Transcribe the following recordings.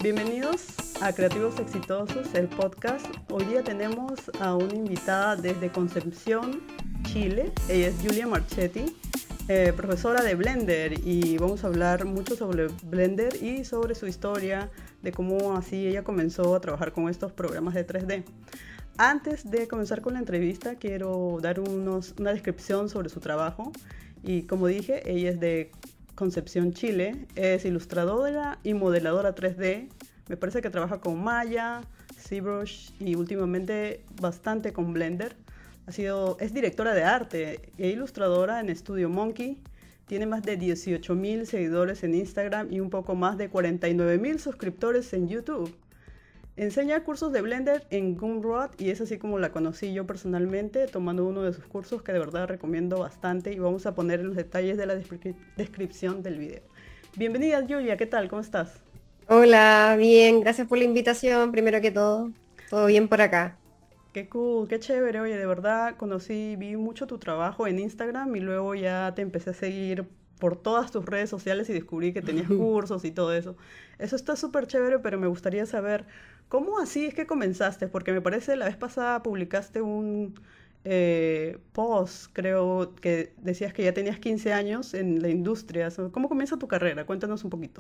Bienvenidos a Creativos Exitosos, el podcast. Hoy día tenemos a una invitada desde Concepción, Chile. Ella es Julia Marchetti, profesora de Blender, y vamos a hablar mucho sobre Blender y sobre su historia, de cómo así ella comenzó a trabajar con estos programas de 3D. Antes de comenzar con la entrevista, quiero dar una descripción sobre su trabajo. Y como dije, ella es de Concepción, Chile, es ilustradora y modeladora 3D. Me parece que trabaja con Maya, ZBrush y últimamente bastante con Blender. Es directora de arte e ilustradora en Studio Monkey. Tiene más de 18,000 seguidores en Instagram y un poco más de 49,000 suscriptores en YouTube. Enseña cursos de Blender en Gumroad y es así como la conocí yo personalmente, tomando uno de sus cursos que de verdad recomiendo bastante, y vamos a poner en los detalles de la descripción del video. Bienvenida, Julia, ¿qué tal? ¿Cómo estás? Hola, bien, gracias por la invitación, primero que todo bien por acá. Qué cool, qué chévere. Oye, de verdad vi mucho tu trabajo en Instagram y luego ya te empecé a seguir por todas tus redes sociales y descubrí que tenías cursos y todo eso. Eso está súper chévere, pero me gustaría saber cómo así es que comenzaste, porque me parece la vez pasada publicaste un post, creo que decías que ya tenías 15 años en la industria. ¿Cómo comienza tu carrera? Cuéntanos un poquito.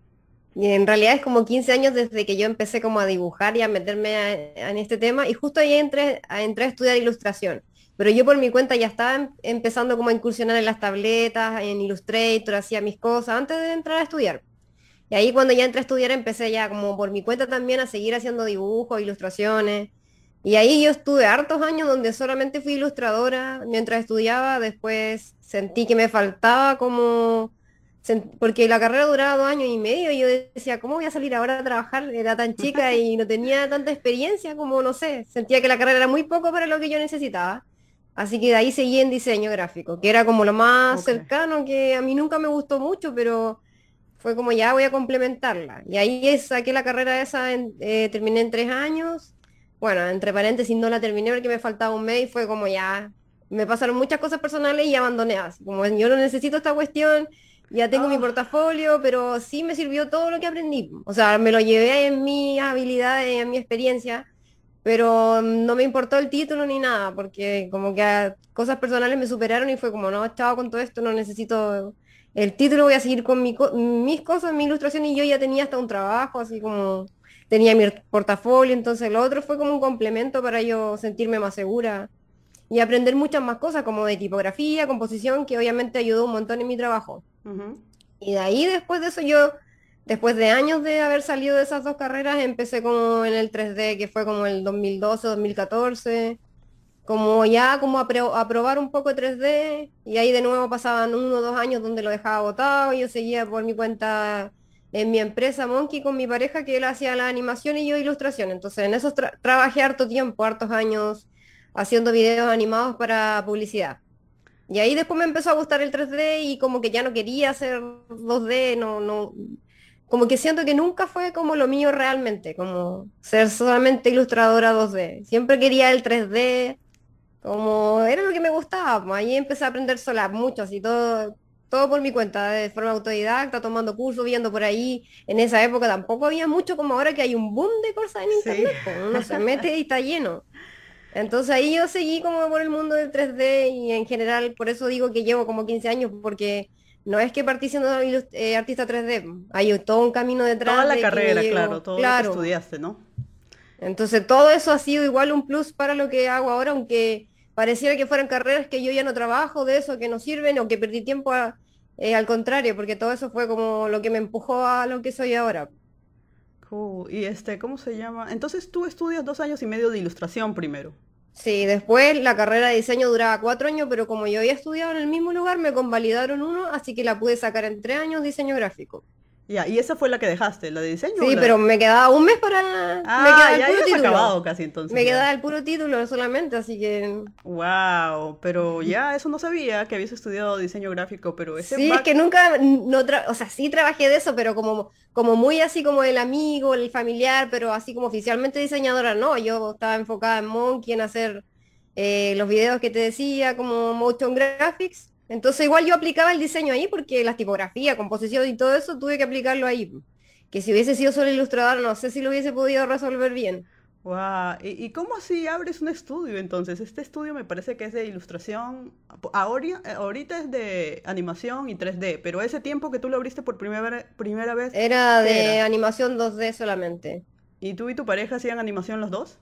Y en realidad es como 15 años desde que yo empecé como a dibujar y a meterme en este tema, y justo ahí entré a estudiar ilustración. Pero yo por mi cuenta ya estaba empezando como a incursionar en las tabletas, en Illustrator, hacía mis cosas antes de entrar a estudiar. Y ahí cuando ya entré a estudiar empecé ya como por mi cuenta también a seguir haciendo dibujos, ilustraciones. Y ahí yo estuve hartos años donde solamente fui ilustradora mientras estudiaba. Después sentí que me faltaba como... Porque la carrera duraba 2 años y medio y yo decía, ¿cómo voy a salir ahora a trabajar? Era tan chica y no tenía tanta experiencia como, no sé, sentía que la carrera era muy poco para lo que yo necesitaba. Así que de ahí seguí en diseño gráfico, que era como lo más Ok. cercano, que a mí nunca me gustó mucho, pero fue como ya voy a complementarla. Y ahí saqué la carrera esa, terminé en 3 años. Bueno, entre paréntesis no la terminé porque me faltaba un mes y fue como ya, me pasaron muchas cosas personales y abandoné así. Como yo no necesito esta cuestión, ya tengo mi Ah, portafolio, pero sí me sirvió todo lo que aprendí. O sea, me lo llevé en mis habilidades, en mi experiencia, pero no me importó el título ni nada, porque como que cosas personales me superaron y fue como, no, chao con todo esto, no necesito el título, voy a seguir con mis cosas, mi ilustración, y yo ya tenía hasta un trabajo, así como tenía mi portafolio, entonces lo otro fue como un complemento para yo sentirme más segura y aprender muchas más cosas como de tipografía, composición, que obviamente ayudó un montón en mi trabajo. ujú. Y de ahí después de eso yo, después de años de haber salido de esas dos carreras, empecé como en el 3D, que fue como el 2012, 2014, como ya como a probar un poco 3D, y ahí de nuevo pasaban 1 o 2 años donde lo dejaba botado, y yo seguía por mi cuenta en mi empresa Monkey con mi pareja, que él hacía la animación y yo ilustración. Entonces en eso trabajé harto tiempo, hartos años, haciendo videos animados para publicidad. Y ahí después me empezó a gustar el 3D y como que ya no quería hacer 2D, como que siento que nunca fue como lo mío realmente, como ser solamente ilustradora 2D. Siempre quería el 3D, como era lo que me gustaba, pues. Ahí empecé a aprender sola mucho, así todo por mi cuenta, de forma autodidacta, tomando cursos, viendo por ahí. En esa época tampoco había mucho como ahora que hay un boom de cosas en Sí. internet, pues uno se mete y está lleno. Entonces ahí yo seguí como por el mundo del 3D y en general por eso digo que llevo como 15 años, porque no es que partí siendo artista 3D, hay todo un camino Toda detrás la de que yo carrera, claro, llego, todo lo que claro. estudiaste, ¿no? Entonces todo eso ha sido igual un plus para lo que hago ahora, aunque pareciera que fueran carreras que yo ya no trabajo de eso, que no sirven o que perdí tiempo, al contrario, porque todo eso fue como lo que me empujó a lo que soy ahora. Cool. Y ¿cómo se llama? Entonces tú estudias 2 años y medio de ilustración primero. Sí, después la carrera de diseño duraba 4 años, pero como yo había estudiado en el mismo lugar, me convalidaron uno, así que la pude sacar en 3 años diseño gráfico. Ya, ¿y esa fue la que dejaste, la de diseño o Sí, la...? pero me quedaba un mes para... Me Ah, quedaba el ya puro habías título. acabado casi entonces Me ya. quedaba el puro título solamente, así que... Wow, pero ya eso no sabía que habías estudiado diseño gráfico, pero ese Sí, es back... que nunca, no o sea, sí trabajé de eso, pero como muy así como el amigo, el familiar, pero así como oficialmente diseñadora, no, yo estaba enfocada en Monkey, en hacer los videos que te decía, como motion graphics. Entonces igual yo aplicaba el diseño ahí porque la tipografía, composición y todo eso tuve que aplicarlo ahí. que si hubiese sido solo ilustrador, no sé si lo hubiese podido resolver bien. Wow. ¿Y cómo así abres un estudio entonces? Este estudio me parece que es de ilustración, ahorita es de animación y 3D, pero ese tiempo que tú lo abriste por primera vez, Era ¿qué de era? animación 2D solamente. ¿Y tú y tu pareja hacían animación los dos?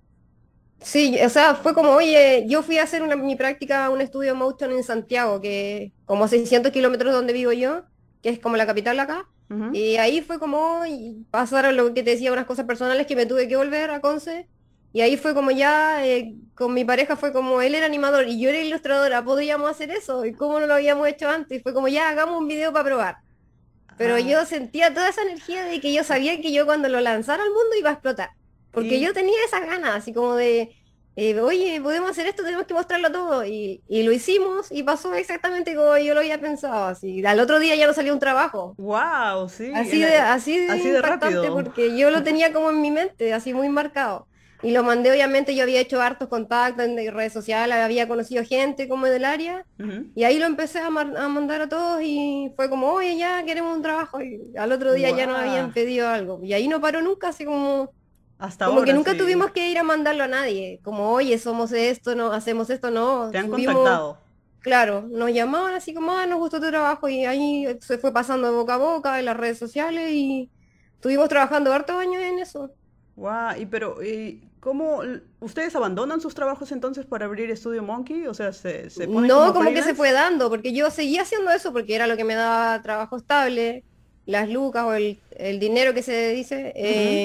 Sí, o sea, fue como, oye, yo fui a hacer mi práctica a un estudio motion en Santiago, que como a 600 kilómetros de donde vivo yo, que es como la capital acá, Ujú. y ahí fue como, y pasaron lo que te decía, unas cosas personales que me tuve que volver a Conce, y ahí fue como ya, con mi pareja fue como, él era animador y yo era ilustradora, podríamos hacer eso, y cómo no lo habíamos hecho antes, y fue como, ya, hagamos un video para probar. Pero Ah, yo sentía toda esa energía de que yo sabía que yo cuando lo lanzara al mundo iba a explotar. Porque y yo tenía esas ganas, así como de, oye, podemos hacer esto, tenemos que mostrarlo todo. Y lo hicimos y pasó exactamente como yo lo había pensado. Así, al otro día ya no salió un trabajo. wow, sí, Así de así de impactante rápido. porque yo lo tenía como en mi mente, así muy marcado. Y lo mandé, obviamente, yo había hecho hartos contactos en redes sociales, había conocido gente como del área, Ujú. y ahí lo empecé a mandar a todos y fue como, oye, ya queremos un trabajo. Y al otro día ya nos Wow, habían pedido algo. Y ahí no paró nunca, así hasta como que ahora nunca sí. tuvimos que ir a mandarlo a nadie. Como, oye, somos esto, no, hacemos esto, no, Te han subimos. contactado. Claro, nos llamaban así como, ah, nos gustó tu trabajo y ahí se fue pasando de boca a boca en las redes sociales y estuvimos trabajando hartos años en eso. Wow, ¿y cómo ustedes abandonan sus trabajos entonces para abrir Estudio Monkey? O sea, se ponen No, como como que se freelance. fue dando, porque yo seguía haciendo eso porque era lo que me daba trabajo estable, las lucas o el dinero que se dice, Ujú.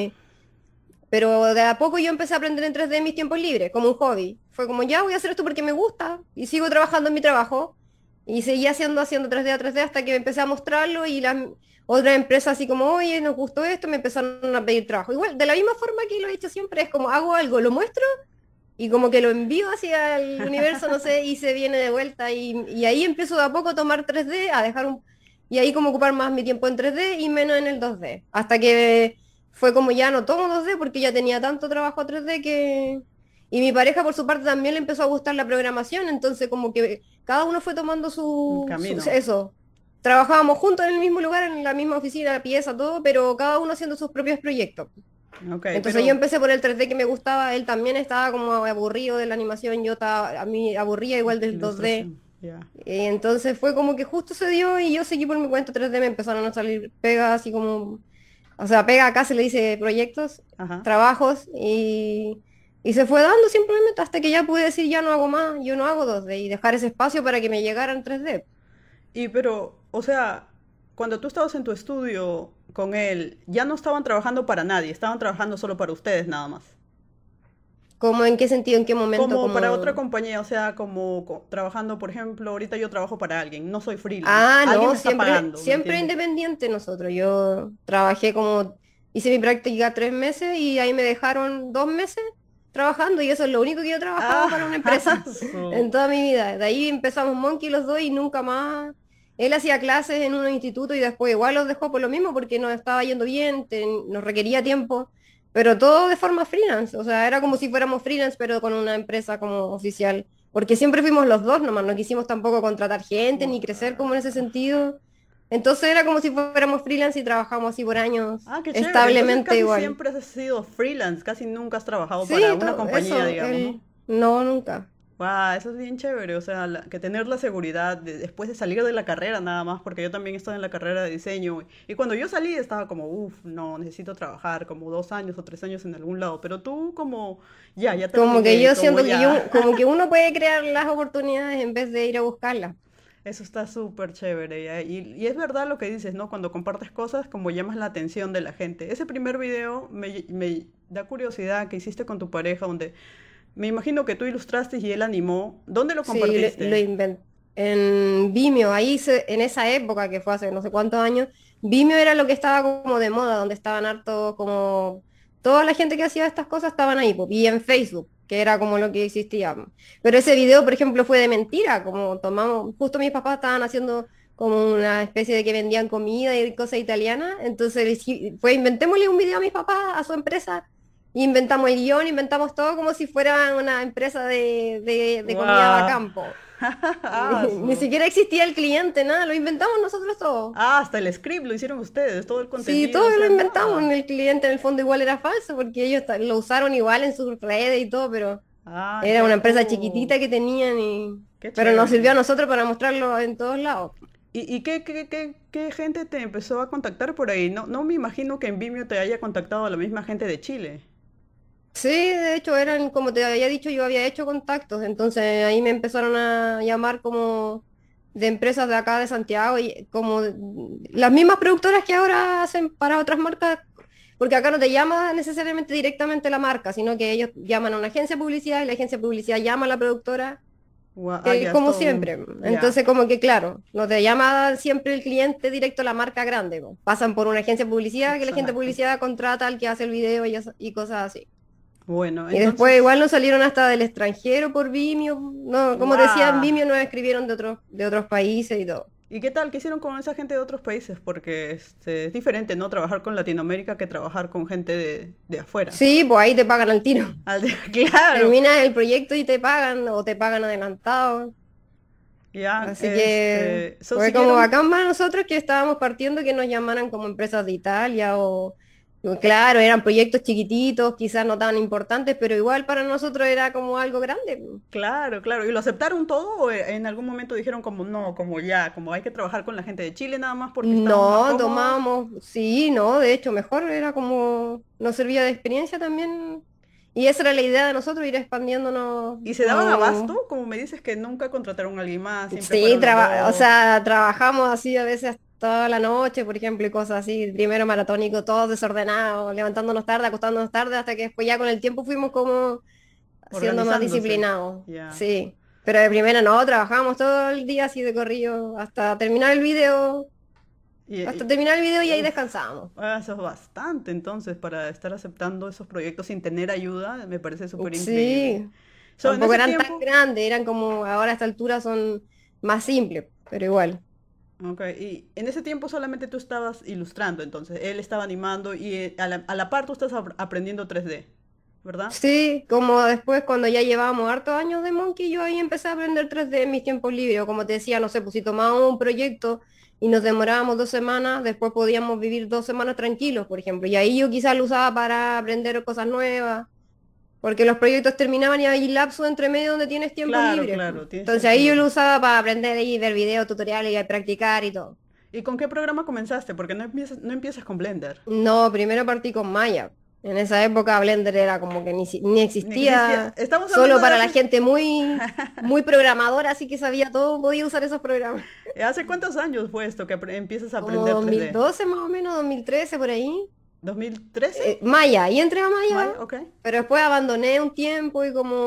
pero de a poco yo empecé a aprender en 3D en mis tiempos libres, como un hobby. Fue como, ya voy a hacer esto porque me gusta y sigo trabajando en mi trabajo. Y seguí haciendo 3D a 3D hasta que empecé a mostrarlo y las otras empresas así como, oye, nos gustó esto, me empezaron a pedir trabajo. Igual, de la misma forma que lo he hecho siempre, es como hago algo, lo muestro y como que lo envío hacia el universo, no sé, y se viene de vuelta. Y ahí empiezo de a poco a tomar 3D, a dejar un... Y ahí como ocupar más mi tiempo en 3D y menos en el 2D. Hasta que fue como ya no tomo 2D porque ya tenía tanto trabajo a 3D que... Y mi pareja por su parte también le empezó a gustar la programación, entonces como que cada uno fue tomando Un su camino. eso. Trabajábamos juntos en el mismo lugar, en la misma oficina, la pieza, todo, pero cada uno haciendo sus propios proyectos. Ok, Entonces yo pero empecé por el 3D que me gustaba, él también estaba como aburrido de la animación, yo estaba, a mí aburría igual del 2D. ilustración, ya. Y entonces fue como que justo se dio y yo seguí por mi cuenta 3D, me empezaron a salir pegas así como, o sea, pega acá se le dice proyectos, Ajá. trabajos y se fue dando simplemente hasta que ya pude decir ya no hago más, yo no hago 2D y dejar ese espacio para que me llegaran 3D. Pero, o sea, cuando tú estabas en tu estudio con él, ya no estaban trabajando para nadie, estaban trabajando solo para ustedes nada más. ¿Cómo en qué sentido, en qué momento? Como para otra Como... compañía, o sea, como trabajando, por ejemplo, ahorita yo trabajo para alguien, no soy freelance. Ah, Alguien no, me está siempre, pagando, ¿me siempre entiendes? independiente nosotros. Yo trabajé como, hice mi práctica 3 meses y ahí me dejaron 2 meses trabajando y eso es lo único que yo he trabajado para una Ah, empresa su- en toda mi vida. De ahí empezamos Monkey los dos y nunca más. Él hacía clases en un instituto y después igual los dejó por lo mismo porque nos estaba yendo bien, nos requería tiempo, pero todo de forma freelance. O sea, era como si fuéramos freelance, pero con una empresa como oficial. Porque siempre fuimos los dos nomás, no quisimos tampoco contratar gente ni crecer como en ese sentido. Entonces era como si fuéramos freelance y trabajamos así por años, Ah, qué chévere. Entonces establemente casi igual. siempre has sido freelance, casi nunca has trabajado Sí, para una compañía, eso, digamos, ¿no? no, nunca. Wow, eso es bien chévere, o sea, que tener la seguridad después de salir de la carrera nada más, porque yo también estoy en la carrera de diseño y cuando yo salí estaba como, uff, no, necesito trabajar como 2 años o 3 años en algún lado, pero tú como, ya Como que terminé, yo como siento que ya, como que uno puede crear las oportunidades en vez de ir a buscarlas. eso está súper chévere, ya. Y es verdad lo que dices, ¿no? Cuando compartes cosas, como llamas la atención de la gente. Ese primer video me da curiosidad que hiciste con tu pareja, donde me imagino que tú ilustraste y él animó. ¿Dónde lo Sí, lo compartiste? inventé. En Vimeo, en esa época que fue hace no sé cuántos años, Vimeo era lo que estaba como de moda, donde estaban harto como toda la gente que hacía estas cosas estaban ahí, po, y en Facebook, que era como lo que existía. Pero ese video, por ejemplo, fue de mentira, como tomamos, justo mis papás estaban haciendo como una especie de que vendían comida y cosas italianas, entonces fue inventémosle un video a mis papás, a su empresa, Inventamos el guión, inventamos todo como si fuera una empresa de comida ¡Guau! bacán, po. Ah, Ni siquiera existía el cliente, nada, lo inventamos nosotros todo. hasta el script lo hicieron ustedes, todo el Sí, contenido, todo o lo sea, inventamos, nada. el cliente en el fondo igual era falso porque ellos lo usaron igual en sus redes y todo, pero era Qué una empresa cool, chiquitita que tenían y... qué Pero nos sirvió chévere. a nosotros para mostrarlo en todos lados. ¿Y qué gente te empezó a contactar por ahí? No, no me imagino que en Vimeo te haya contactado la misma gente de Chile. Sí, de hecho eran, como te había dicho, yo había hecho contactos, entonces ahí me empezaron a llamar como de empresas de acá de Santiago y como las mismas productoras que ahora hacen para otras marcas, porque acá no te llama necesariamente directamente la marca, sino que ellos llaman a una agencia de publicidad y la agencia de publicidad llama a la productora, que es Ya es como todo siempre. ya, Entonces como que claro, no te llama siempre el cliente directo a la marca grande, po. Pasan por una agencia de publicidad que la agencia de exacto. publicidad contrata al que hace el video y cosas así. Bueno, Y después igual entonces, nos salieron hasta del extranjero por Vimeo. No, como decía, en ¡guau! Vimeo nos escribieron de otros países y todo. ¿Y qué tal? ¿Qué hicieron con esa gente de otros países? Porque es diferente, ¿no? Trabajar con Latinoamérica que trabajar con gente de afuera. Sí, pues ahí te pagan al tiro. Claro, Terminas el proyecto y te pagan o te pagan adelantado. ya, Así que fue como siguieron. bacán para nosotros que estábamos partiendo que nos llamaran como empresas de Italia o claro, eran proyectos chiquititos, quizás no tan importantes, pero igual para nosotros era como algo grande. Claro, claro. ¿Y lo aceptaron todo o en algún momento dijeron como no, como ya, como hay que trabajar con la gente de Chile nada más porque estamos más No, cómodos? tomábamos, sí, no, de hecho mejor era como, nos servía de experiencia también. Y esa era la idea de nosotros, ir expandiéndonos ¿Y se daban como, abasto? Como me dices que nunca contrataron a alguien más, siempre sí, fueron los o dos. sea, trabajamos así a veces toda la noche, por ejemplo, y cosas así, primero maratónico, todos desordenados, levantándonos tarde, acostándonos tarde, hasta que después ya con el tiempo fuimos como siendo más Organizándose. disciplinados, Ya. sí. Pero de primera no, trabajábamos todo el día así de corrido, hasta terminar el video, Y, hasta y- terminar el video y ahí uf, descansábamos. eso es bastante entonces para estar aceptando esos proyectos sin tener ayuda, me parece súper increíble. Sí, En tampoco ese eran tan tiempo, grandes, eran como ahora a esta altura son más simples, pero igual. ok, y en ese tiempo solamente tú estabas ilustrando, entonces él estaba animando y a la par tú estás aprendiendo 3D, ¿verdad? Sí, como después cuando ya llevábamos hartos años de Monkey, yo ahí empecé a aprender 3D en mis tiempos libres, o como te decía, no sé, pues si tomábamos un proyecto y nos demorábamos 2 semanas, después podíamos vivir 2 semanas tranquilos, por ejemplo, y ahí yo quizás lo usaba para aprender cosas nuevas, porque los proyectos terminaban y hay lapso entre medio donde tienes tiempos Claro, libres. claro, tienes Entonces tiempo ahí yo lo libre. usaba para aprender y ver videos, tutoriales y practicar y todo. ¿Y con qué programa comenzaste? Porque no empiezas con Blender. No, primero partí con Maya. En esa época Blender era como que ni Ni existía. existía, Estamos solo hablando de para la hace. gente muy programadora, así que sabía todo, podía usar esos programas. ¿Hace cuántos años fue esto que empiezas a Como aprender 3D? 2012 más o menos, 2013 por ahí. ¿2013? Maya, y entré a Maya, ¿Maya? Ok. pero después abandoné un tiempo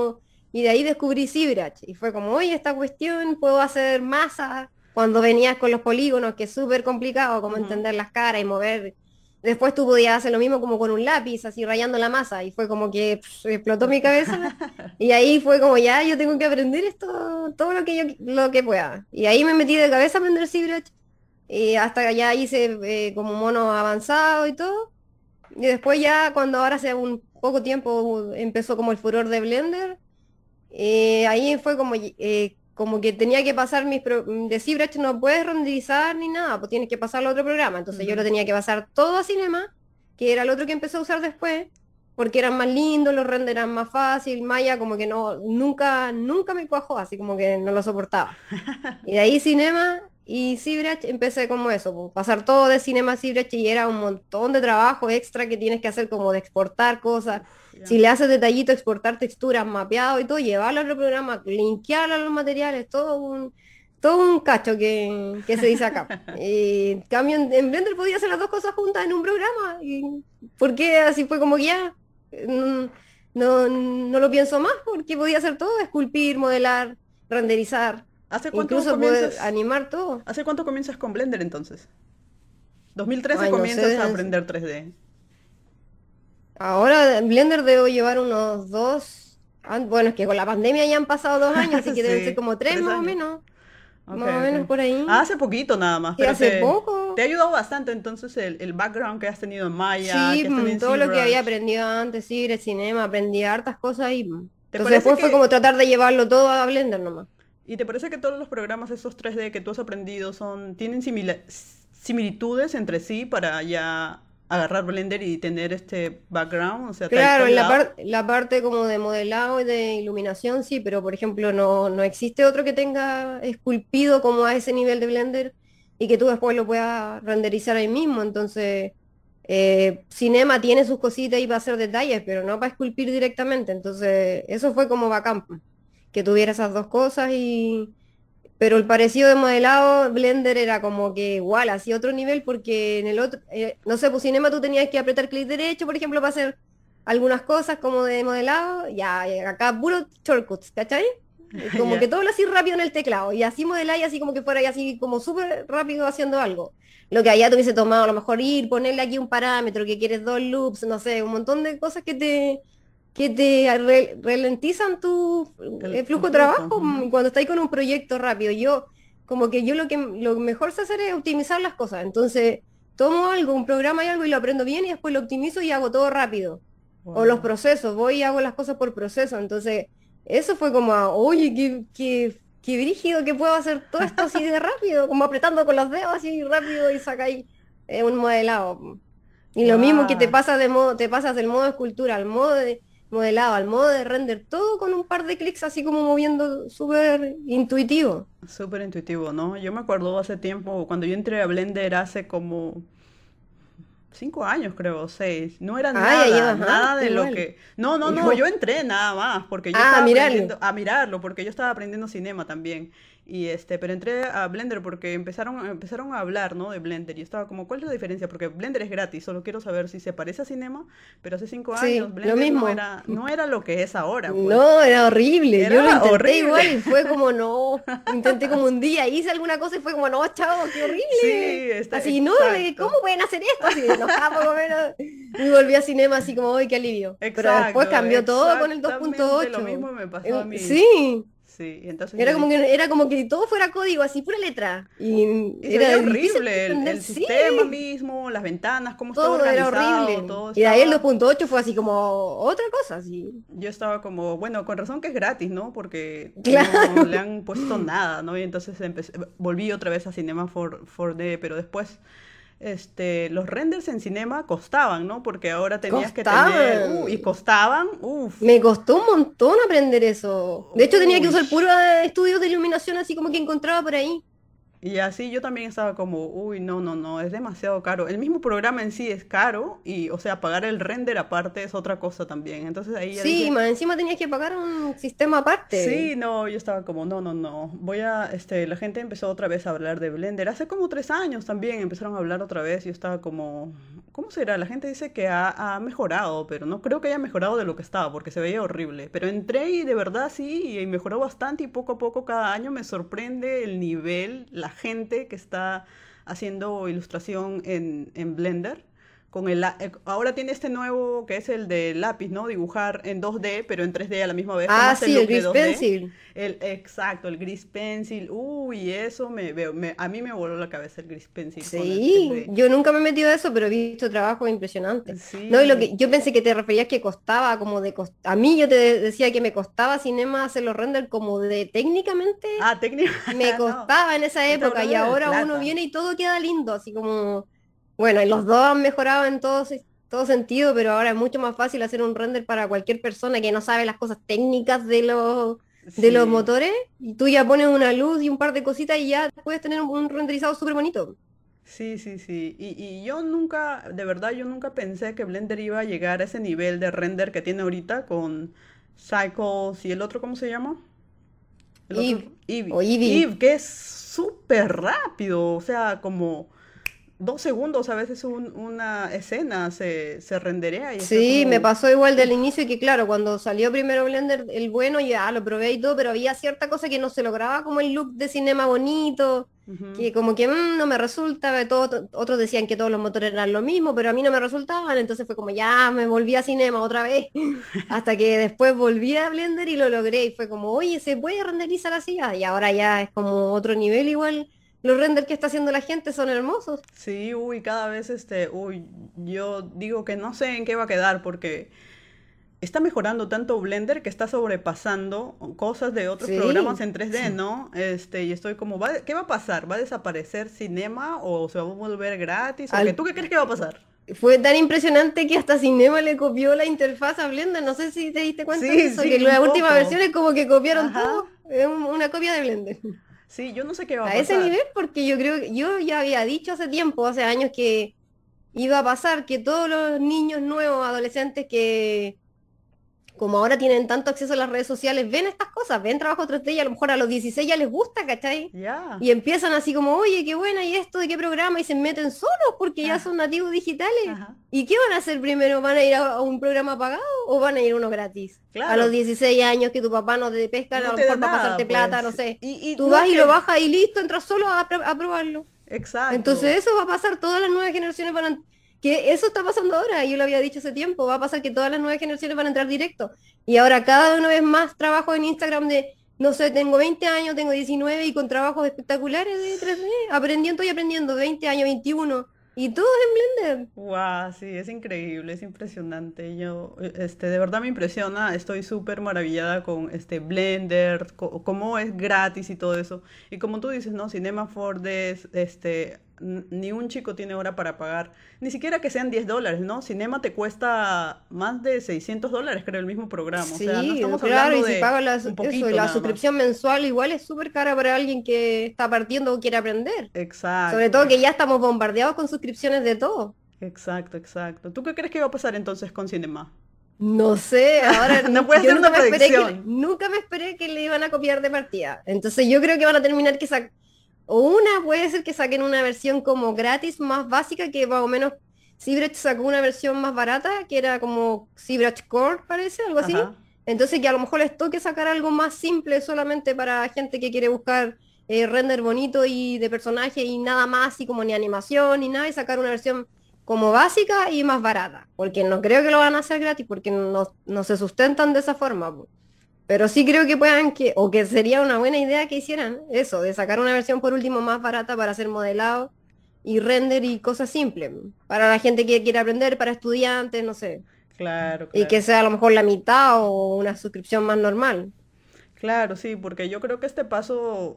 y de ahí descubrí ZBrush. Y fue como, oye, esta cuestión, puedo hacer masa. Cuando venías con los polígonos, que es súper complicado, como Ujú. entender las caras y mover. Después tú podías hacer lo mismo como con un lápiz, así rayando la masa. Y fue como que explotó mi cabeza. Y ahí fue como, ya, yo tengo que aprender esto, todo lo que pueda. Y ahí me metí de cabeza a aprender ZBrush. Y hasta ya hice como mono avanzado y todo. Y después ya cuando ahora hace un poco tiempo empezó como el furor de Blender, ahí fue como que tenía que pasar de ZBrush no puedes renderizar ni nada, pues tienes que pasarlo a otro programa. Entonces yo lo Ujú. tenía que pasar todo a Cinema, que era el otro que empecé a usar después, porque eran más lindos, los renders eran más fácil, Maya como que no, nunca me cuajó, así como que no lo soportaba. Y de ahí Cinema y ZBrush empecé como eso, po, pasar todo de Cinema a ZBrush y era un montón de trabajo extra que tienes que hacer como de exportar cosas. Ya. Si le haces detallito, exportar texturas, mapeado y todo, llevarlo al programa, linkear a los materiales, todo un cacho que se dice acá. En cambio en Blender podía hacer las dos cosas juntas en un programa. ¿Y por qué así fue como que ya? mm, no lo pienso más porque podía hacer todo, esculpir, modelar, renderizar. ¿Hace cuánto Incluso poder comienzas? animar todo. ¿Hace cuánto comienzas con Blender entonces? 2013 Ay, no comienzas a sé. aprender 3D. Ahora Blender debo llevar unos dos. Bueno, es que con la pandemia ya han pasado 2 años, así que deben ser Sí, como tres tres más o años. menos. Ok, más o menos ok. por ahí. Hace poquito nada más, Sí, pero hace te poco. ha ayudado bastante entonces el background que has tenido en Maya, Sí, que has tenido en todo lo que había ZBrush. aprendido antes, sí, el cinema, aprendí hartas cosas y ¿Te entonces parece después fue como que, tratar de llevarlo todo a Blender nomás. y te parece que todos los programas esos 3D que tú has aprendido tienen similitudes entre sí para ya agarrar Blender y tener este background? O sea, ¿te ha Claro, en ayudado? la parte como de modelado y de iluminación, sí, pero por ejemplo no existe otro que tenga esculpido como a ese nivel de Blender y que tú después lo puedas renderizar ahí mismo. Entonces, Cinema tiene sus cositas ahí para hacer detalles, pero no para esculpir directamente. Entonces, eso fue como bacán, po, que tuviera esas dos cosas y... Pero el parecido de modelado, Blender era como que igual, así otro nivel, porque en el otro, no sé, pues Cinema tú tenías que apretar clic derecho, por ejemplo, para hacer algunas cosas como de modelado, ya, acá puro shortcuts, ¿cachai? Como que Ya. todo lo así rápido en el teclado, y así modeláis así como que fuera y así como súper rápido haciendo algo. Lo que allá te hubiese tomado a lo mejor ir, ponerle aquí un parámetro, que quieres dos loops, no sé, un montón de cosas que te ralentizan tu El flujo de flujo. trabajo Ujú. cuando estáis con un proyecto rápido. Como que yo lo mejor sé hacer es optimizar las cosas. Entonces, tomo algo, un programa y algo y lo aprendo bien y después lo optimizo y hago todo rápido. O los Wow. procesos, voy y hago las cosas por proceso. Entonces, eso fue como, oye, qué brígido que puedo hacer todo esto así de rápido, como apretando con los dedos así rápido y sacáis un modelado. Y lo mismo que te Wow. pasa de modo, te pasas del modo escultura al modo de modelado, al modo de render, todo con un par de clics así como moviendo súper intuitivo. Súper intuitivo, ¿no? Yo me acuerdo hace tiempo, cuando yo entré a Blender hace como 5 años, creo, 6. No era Ah, ya nada, llevas nada harto de lo igual. que... No, no, no, yo Hijo. entré nada más, porque yo Ah, estaba mirarlo. aprendiendo a mirarlo, porque yo estaba aprendiendo cinema también. Pero entré a Blender porque empezaron a hablar, ¿no? De Blender. Y yo estaba como, ¿cuál es la diferencia? Porque Blender es gratis, solo quiero saber si se parece a cinema, pero hace 5 años Sí, lo Blender mismo. no era lo que es ahora, pues. No, era horrible. Yo lo Era intenté horrible. igual y fue como no. Intenté como un día, hice alguna cosa y fue como no, chao, qué horrible. Sí, está Así, no, ¿cómo exacto. pueden hacer esto? Así, enojada por lo menos. Y volví a cinema así como, ¡ay, qué alivio! Pero después Exacto, cambió todo con el dos punto exactamente lo ocho mismo me pasó a mí. Sí, Sí, entonces yo dije, era como que todo fuera código, así pura letra. Y y se era veía difícil de horrible entender, el sí, sistema mismo, las ventanas, cómo estaba todo era organizado, horrible. todo Y de ahí el dos estaba... punto ocho fue así como otra cosa, así. Yo estaba como, bueno, con razón que es gratis, ¿no? Porque no le Claro, han puesto nada, ¿no? Y entonces volví otra vez a Cinema 4D, pero después los renders en Cinema costaban, ¿no? Porque ahora tenías que tener, y costaban. costaban, uff, Me costó un montón aprender eso. De hecho, tenía que uy. usar puros estudios de iluminación así como que encontraba por ahí. Y así yo también estaba como, uy, no, no, no, es demasiado caro. El mismo programa en sí es caro y, o sea, pagar el render aparte es otra cosa también. Entonces ahí ya Sí, dije, más encima tenías que pagar un sistema aparte. sí, no, yo estaba como, no, no, no. La gente empezó otra vez a hablar de Blender. Hace como 3 años también empezaron a hablar otra vez. Yo estaba como, ¿cómo será? La gente dice que ha mejorado, pero no creo que haya mejorado de lo que estaba, porque se veía horrible. Pero entré y de verdad sí, y mejoró bastante y poco a poco cada año me sorprende el nivel, la gente que está haciendo ilustración en Blender. Ahora tiene este nuevo que es el de lápiz, ¿no? Dibujar en 2D, pero en 3D a la misma vez. ¿Cómo Ah, hace el sí, el look de Grease 2D? Pencil. Exacto, el Grease Pencil. Uy, eso a mí me voló la cabeza el Grease Pencil con el Sí, 3D. yo nunca me he metido a eso, pero he visto trabajos impresionantes. No, y lo Sí. que yo pensé que te referías que costaba como a mí yo te decía que me costaba Cinema hacer los renders como de técnicamente Ah, técnica. me No, costaba en esa yo estaba época y hablando de ahora uno plata. viene y todo queda lindo, así como, bueno, y los dos han mejorado en todo sentido, pero ahora es mucho más fácil hacer un render para cualquier persona que no sabe las cosas técnicas de los Sí. motores y tú ya pones una luz y un par de cositas y ya puedes tener un renderizado súper bonito. Sí, sí, sí. Y yo nunca, de verdad, yo nunca pensé que Blender iba a llegar a ese nivel de render que tiene ahorita con Cycles y el otro, ¿cómo se llama? El otro, Eve Eevee. o Eevee. Eve, que es súper rápido, o sea, como 2 segundos a veces una escena se renderea y estoy Sí, me como, pasó igual del uff, inicio que claro, cuando salió primero Blender, el bueno, ya lo probé y todo, pero había cierta cosa que no se lograba como el look de cinema bonito. Ujú. que como que no me resulta, otros decían que todos los motores eran lo mismo, pero a mí no me resultaban, entonces fue como ya me volví a Cinema otra vez, hasta que después volví a Blender y lo logré, y fue como, oye, ¿se puede renderizar así? Ah, y ahora ya es como otro nivel igual, los renders que está haciendo la gente son hermosos. Sí, uy, cada vez yo digo que no sé en qué va a quedar porque está mejorando tanto Blender que está sobrepasando cosas de otros programas Sí. en 3D, ¿no? Y estoy como, ¿qué va a pasar? ¿Va a desaparecer Cinema o se va a volver gratis? ¿O qué? Al- ¿Tú qué crees que va a pasar? Fue tan impresionante que hasta Cinema le copió la interfaz a Blender, no sé si te diste cuenta de Sí, eso, que sí, en un la última versión poco. es como que copiaron Ajá. todo, es una copia de Blender. Sí, yo no sé qué va a A ese pasar. nivel, porque yo creo que yo ya había dicho hace tiempo, hace años, que iba a pasar que todos los niños nuevos, adolescentes que como ahora tienen tanto acceso a las redes sociales, ven estas cosas, ven trabajo 3D y a lo mejor a los 16 ya les gusta, ¿cachai? Ya. Y empiezan así como, oye, qué buena, ¿y esto de qué programa? Y se meten solos porque ya Ah, son nativos digitales. ajá. ¿Y qué van a hacer primero? ¿Van a ir a un programa pagado o van a ir a uno gratis? A los Claro, 16 años que tu papá no te pesca, a no lo te da mejor para nada, pasarte plata, no pues. sé. Y Tú no es vas y lo que... bajas y listo, entras solo a probarlo. Exacto. Entonces eso va a pasar, todas las nuevas generaciones van a... Que eso está pasando ahora, yo lo había dicho hace tiempo, va a pasar que todas las nuevas generaciones van a entrar directo. Y ahora cada una vez más trabajo en Instagram de, no sé, tengo 20 años, tengo 19 y con trabajos espectaculares de 3D, aprendiendo y aprendiendo, 20 años, 21, y todo en Blender. Wow, sí, es increíble, es impresionante. De verdad me impresiona. Estoy súper maravillada con este Blender, cómo es gratis y todo eso. Y como tú dices, ¿no? Cinema 4D, ni un chico tiene hora para pagar, ni siquiera que sean $10, ¿no? Cinema te cuesta más de $600, creo, el mismo programa. O sea, no Sí, estamos claro, hablando y si de pagas un eso, y poquito la nada más. suscripción mensual igual es súper cara para alguien que está partiendo o quiere aprender. Sobre todo Exacto, que ya estamos bombardeados con suscripciones de todo. exacto, exacto. ¿Tú qué crees que va a pasar entonces con Cinema? No sé, ahora No puedes yo hacer una predicción. nunca me esperé que le iban a copiar de partida. Entonces yo creo que van a terminar que o una puede ser que saquen una versión como gratis, más básica, que más o menos ZBrush sacó una versión más barata, que era como ZBrush Core, parece, algo así. Ajá. Entonces que a lo mejor les toque sacar algo más simple solamente para gente que quiere buscar render bonito y de personaje y nada más, así como ni animación ni nada, y sacar una versión como básica y más barata, porque no creo que lo van a hacer gratis, porque no se sustentan de esa forma, po. Pero sí creo que puedan o que sería una buena idea que hicieran eso, de sacar una versión por último más barata para hacer modelado y render y cosas simples, para la gente que quiere aprender, para estudiantes, no sé, Claro, y claro. que sea a lo mejor la mitad o una suscripción más normal. Claro, sí, porque yo creo que este paso,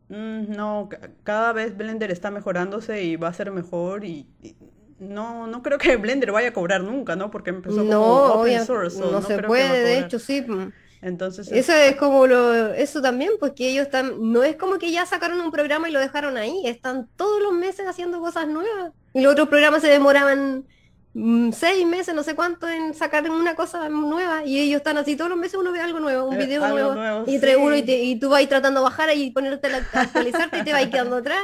no, cada vez Blender está mejorándose y va a ser mejor y no, no creo que Blender vaya a cobrar nunca, ¿no? Porque empezó como No, open obvio, source, so no no se creo que va a puede, de cobrar. hecho, sí. Entonces, Eso es como eso también, pues que ellos están, no es como que ya sacaron un programa y lo dejaron ahí, están todos los meses haciendo cosas nuevas. Y los otros programas se demoraban 6 meses, no sé cuánto, en sacar una cosa nueva. Y ellos están así, todos los meses uno ve algo nuevo, un video algo nuevo, nuevo, y trae uno sí. y tú vas ahí tratando de bajar y ponerte a actualizarte y te vas quedando atrás.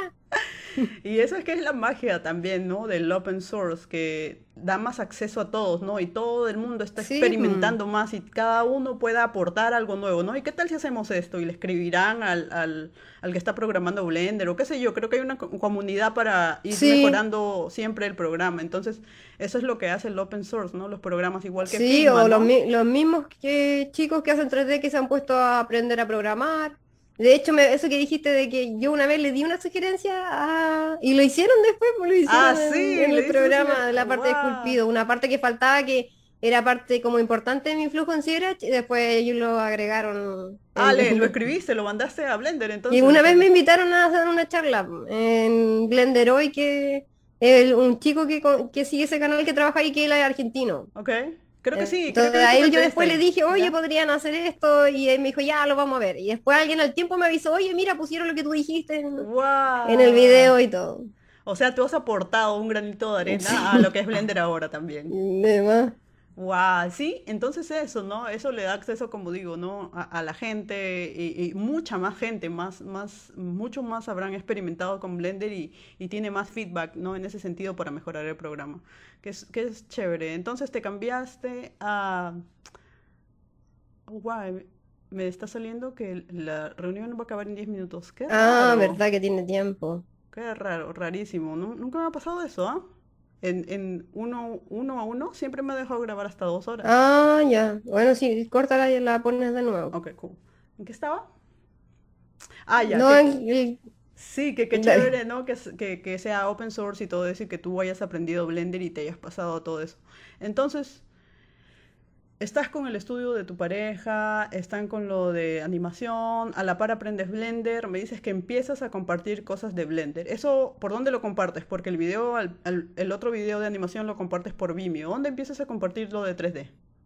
Y eso es que es la magia también, ¿no? Del open source, que da más acceso a todos, ¿no? Y todo el mundo está Sí, experimentando más y cada uno pueda aportar algo nuevo, ¿no? ¿Y qué tal si hacemos esto? Y le escribirán al que está programando Blender o qué sé yo. Creo que hay una comunidad para ir sí, mejorando siempre el programa. Entonces, eso es lo que hace el open source, ¿no? Los programas igual que sí, Figma, o ¿no? los mismos chicos que hacen 3D que se han puesto a aprender a programar. De hecho, eso que dijiste de que yo una vez le di una sugerencia y lo hicieron después, pues lo Ah, hicieron sí, en le el dices programa de la parte de ¡Wow! esculpido, una parte que faltaba que era parte como importante de mi flujo en ZBrush y después ellos lo agregaron Ah, en lo Blender. escribiste, lo mandaste a Blender, Y entonces. una vez me invitaron a hacer una charla en Blender hoy, que un chico que sigue ese canal que trabaja ahí, que él es argentino. Ok, creo que sí, creo que Entonces vi a tu él yo después le entrevista. dije, oye, ¿Ya? podrían hacer esto, y él me dijo, ya, lo vamos a ver. Y después alguien al tiempo me avisó, oye, mira, pusieron lo que tú dijiste en el ¡Wow! video y todo. O sea, tú has aportado un granito de arena a lo Sí, que es Blender ahora también. además, ¡Wow! Sí, entonces eso, ¿no? Eso le da acceso, como digo, ¿no? A la gente y mucha más gente, muchos más habrán experimentado con Blender y tiene más feedback, ¿no? En ese sentido para mejorar el programa, que es chévere. Entonces te cambiaste a... ¡Wow! me está saliendo que la reunión va a acabar en 10 minutos. Qué Ah, raro, verdad que tiene tiempo. qué raro, rarísimo. Nunca me ha pasado eso, ¿ah? En uno a uno siempre me ha dejado grabar hasta 2 horas. Ah, ya. Bueno, sí, córtala y la pones de nuevo. Ok, cool. ¿En qué estaba? Ah, ya, No, sí, que qué dale. chévere, ¿no? Que sea open source y todo eso y que tú hayas aprendido Blender y te hayas pasado todo eso. Entonces, estás con el estudio de tu pareja, están con lo de animación, a la par aprendes Blender, me dices que empiezas a compartir cosas de Blender. ¿Eso por dónde lo compartes? Porque el video, el otro video de animación lo compartes por Vimeo. ¿Dónde empiezas a compartir lo de 3D?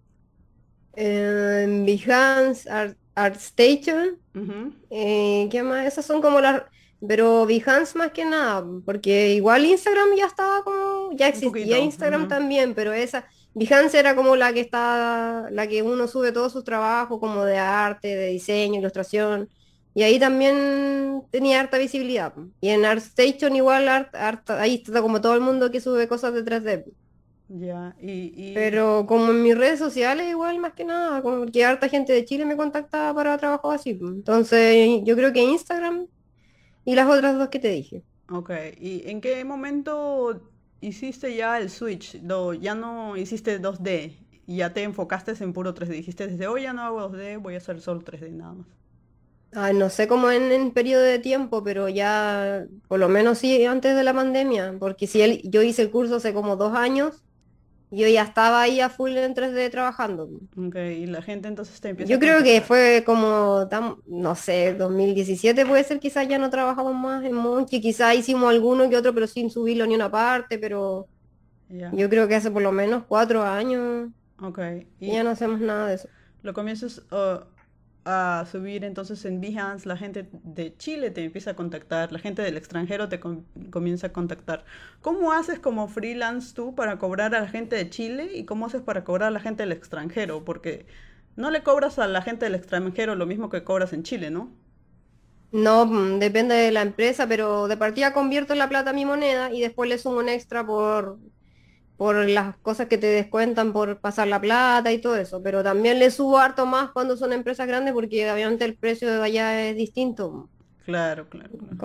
En Behance, ArtStation, Ujú, ¿qué más? Esas son como las... Pero Behance más que nada, porque igual Instagram ya estaba como... Ya un existía poquito. Instagram Ujú. también, pero esa... Behance era como la que está... La que uno sube todos sus trabajos como de arte, de diseño, ilustración. Y ahí también tenía harta visibilidad. Y en ArtStation igual, ahí está como todo el mundo que sube cosas de 3D. Ya, Pero como en mis redes sociales igual más que nada, como que harta gente de Chile me contactaba para trabajos así, pues. Entonces yo creo que Instagram y las otras dos que te dije. ok, ¿y en qué momento hiciste ya el switch? Ya no hiciste 2D y ya te enfocaste en puro 3D. Dijiste, desde hoy ya no hago 2D, voy a hacer solo 3D nada más. Ah, no sé cómo en periodo de tiempo, pero ya por lo menos sí antes de la pandemia, porque si yo hice el curso hace como 2 años, yo ya estaba ahí a full en 3D trabajando. Ok, y la gente entonces te empieza a Yo creo que contactar. fue como, no sé, 2017 puede ser, quizás ya no trabajamos más en Monkey, quizás hicimos alguno que otro, pero sin subirlo ni una parte, pero Ya, yo creo que hace por lo menos 4 años ok. que ya Y no hacemos nada de eso. lo comienzas a subir entonces en Behance, la gente de Chile te empieza a contactar, la gente del extranjero te comienza a contactar. ¿Cómo haces como freelance tú para cobrar a la gente de Chile y cómo haces para cobrar a la gente del extranjero? Porque no le cobras a la gente del extranjero lo mismo que cobras en Chile, ¿no? No, depende de la empresa, pero de partida convierto la plata a mi moneda y después le sumo un extra por las cosas que te descuentan por pasar la plata y todo eso, pero también le subo harto más cuando son empresas grandes porque obviamente el precio de allá es distinto. Claro, claro, claro.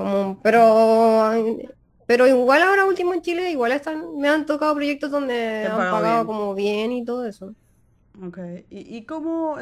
Pero igual ahora último en Chile, igual me han tocado proyectos donde Te han han pagado pagado bien. como bien y todo eso. Ok. ¿Y cómo,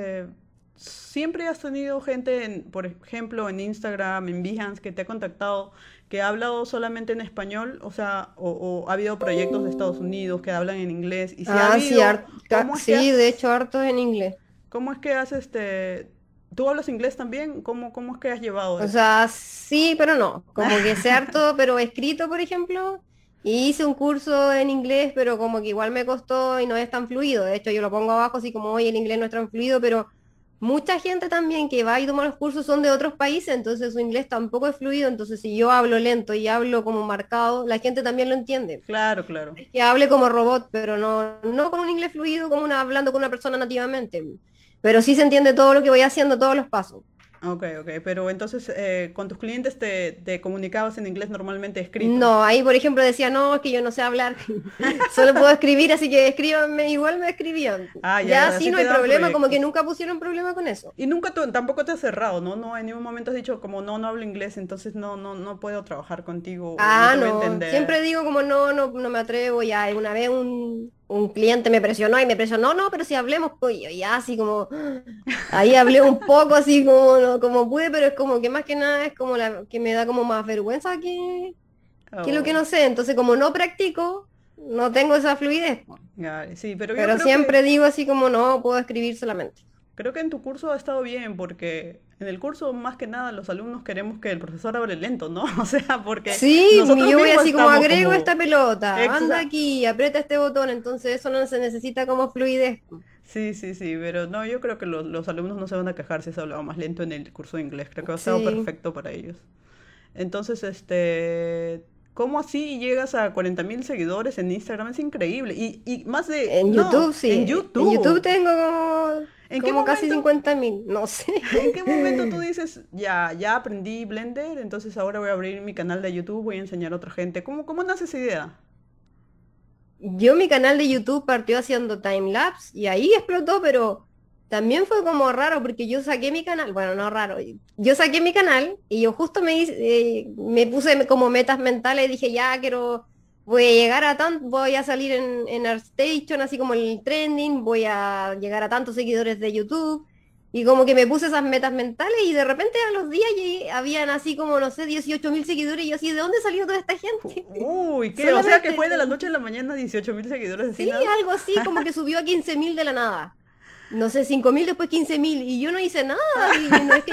siempre has tenido gente, por ejemplo, en Instagram, en Behance, que te ha contactado, que ha hablado solamente en español? O sea, o ha habido proyectos de Estados Unidos que hablan en inglés. Y si ha Ah, sí, habido, sí, de hecho harto en inglés. cómo es que has, tú hablas inglés también? ¿Cómo es que has llevado O eso? sea, sí, pero no. Como que sé harto, pero escrito, por ejemplo, y hice un curso en inglés, pero como que igual me costó y no es tan fluido. De hecho, yo lo pongo abajo así como, oye, el inglés no es tan fluido, pero mucha gente también que va y toma los cursos son de otros países, entonces su inglés tampoco es fluido. Entonces, si yo hablo lento y hablo como marcado, la gente también lo entiende. Claro, claro. Que hable como robot, pero no con un inglés fluido, como hablando con una persona nativamente. Pero sí se entiende todo lo que voy haciendo, todos los pasos. Ok, ok. Pero entonces, con tus clientes te comunicabas en inglés normalmente escrito. No, ahí por ejemplo decía, no, es que yo no sé hablar, solo puedo escribir, así que escríbanme, igual me escribían. Ah, ya, Ya ya, sí así no te hay dan problema, como que proyectos. nunca pusieron problema con eso. Y nunca tampoco te has cerrado, ¿no? No, en ningún momento has dicho como no hablo inglés, entonces no puedo trabajar contigo o no Ah, te voy a no, entender. siempre digo como no me atrevo, ya una vez un cliente me presionó y me presionó, no, pero si hablemos, pues yo ya así como, ahí hablé un poco así como, como pude, pero es como que más que nada es como la que me da como más vergüenza que lo que Oh, no sé, entonces como no practico, no tengo esa fluidez. ya, sí, pero yo Pero creo que siempre digo así como no, puedo escribir solamente. creo que en tu curso ha estado bien porque en el curso más que nada los alumnos queremos que el profesor hable lento, ¿no? O sea, porque Sí, nosotros yo voy mismos así como estamos agrego como esta pelota, anda exa. aquí, aprieta este botón, entonces eso no se necesita como fluidez. Sí, sí, sí, pero no, yo creo que los alumnos no se van a quejar si has hablado más lento en el curso de inglés. Creo que ha estado Sí, perfecto para ellos. Entonces, ¿cómo así llegas a 40.000 seguidores en Instagram? Es increíble. Y más de, en YouTube no, en sí, en YouTube YouTube. tengo como, ¿En qué como casi momento, 50.000, no sé. en qué momento tú dices, ya aprendí Blender, entonces ahora voy a abrir mi canal de YouTube, voy a enseñar a otra gente? ¿Cómo nace esa idea? Yo mi canal de YouTube partió haciendo timelapse y ahí explotó, pero también fue como raro porque yo saqué mi canal, bueno, no raro, yo saqué mi canal y yo justo me puse como metas mentales y dije, ya quiero, voy a llegar a tanto, voy a salir en ArtStation, así como el trending, voy a llegar a tantos seguidores de YouTube. Y como que me puse esas metas mentales y de repente a los días habían así como, no sé, 18.000 seguidores y yo así, ¿de dónde salió toda esta gente? Uy, ¿qué? O sea que Solamente, fue de la noche a la mañana 18.000 seguidores así sí, nada. algo así, como que subió a 15.000 de la nada. No sé, 5.000, después 15.000 y yo no hice nada, y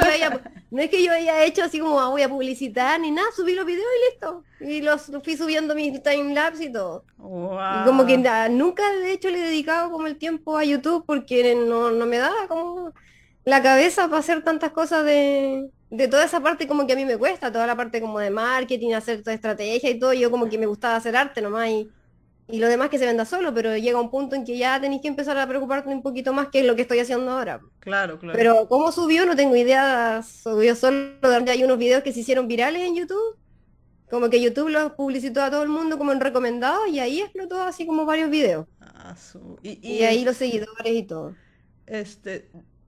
no es que yo haya hecho así como voy a publicitar ni nada, subí los videos y listo. Y los fui subiendo mis timelapse y todo. Y como que Wow. nunca de hecho le he dedicado como el tiempo a YouTube porque no me daba como la cabeza para hacer tantas cosas de toda esa parte como que a mí me cuesta, toda la parte como de marketing, hacer toda estrategia y todo, yo como que me gustaba hacer arte nomás y lo demás que se venda solo, pero llega un punto en que ya tenés que empezar a preocuparte un poquito más que es lo que estoy haciendo ahora. Claro, claro. Pero cómo subió, no tengo idea, subió solo, hay unos videos que se hicieron virales en YouTube, como que YouTube los publicitó a todo el mundo como en recomendados y ahí explotó así como varios videos. Y Y ahí los seguidores y todo. este,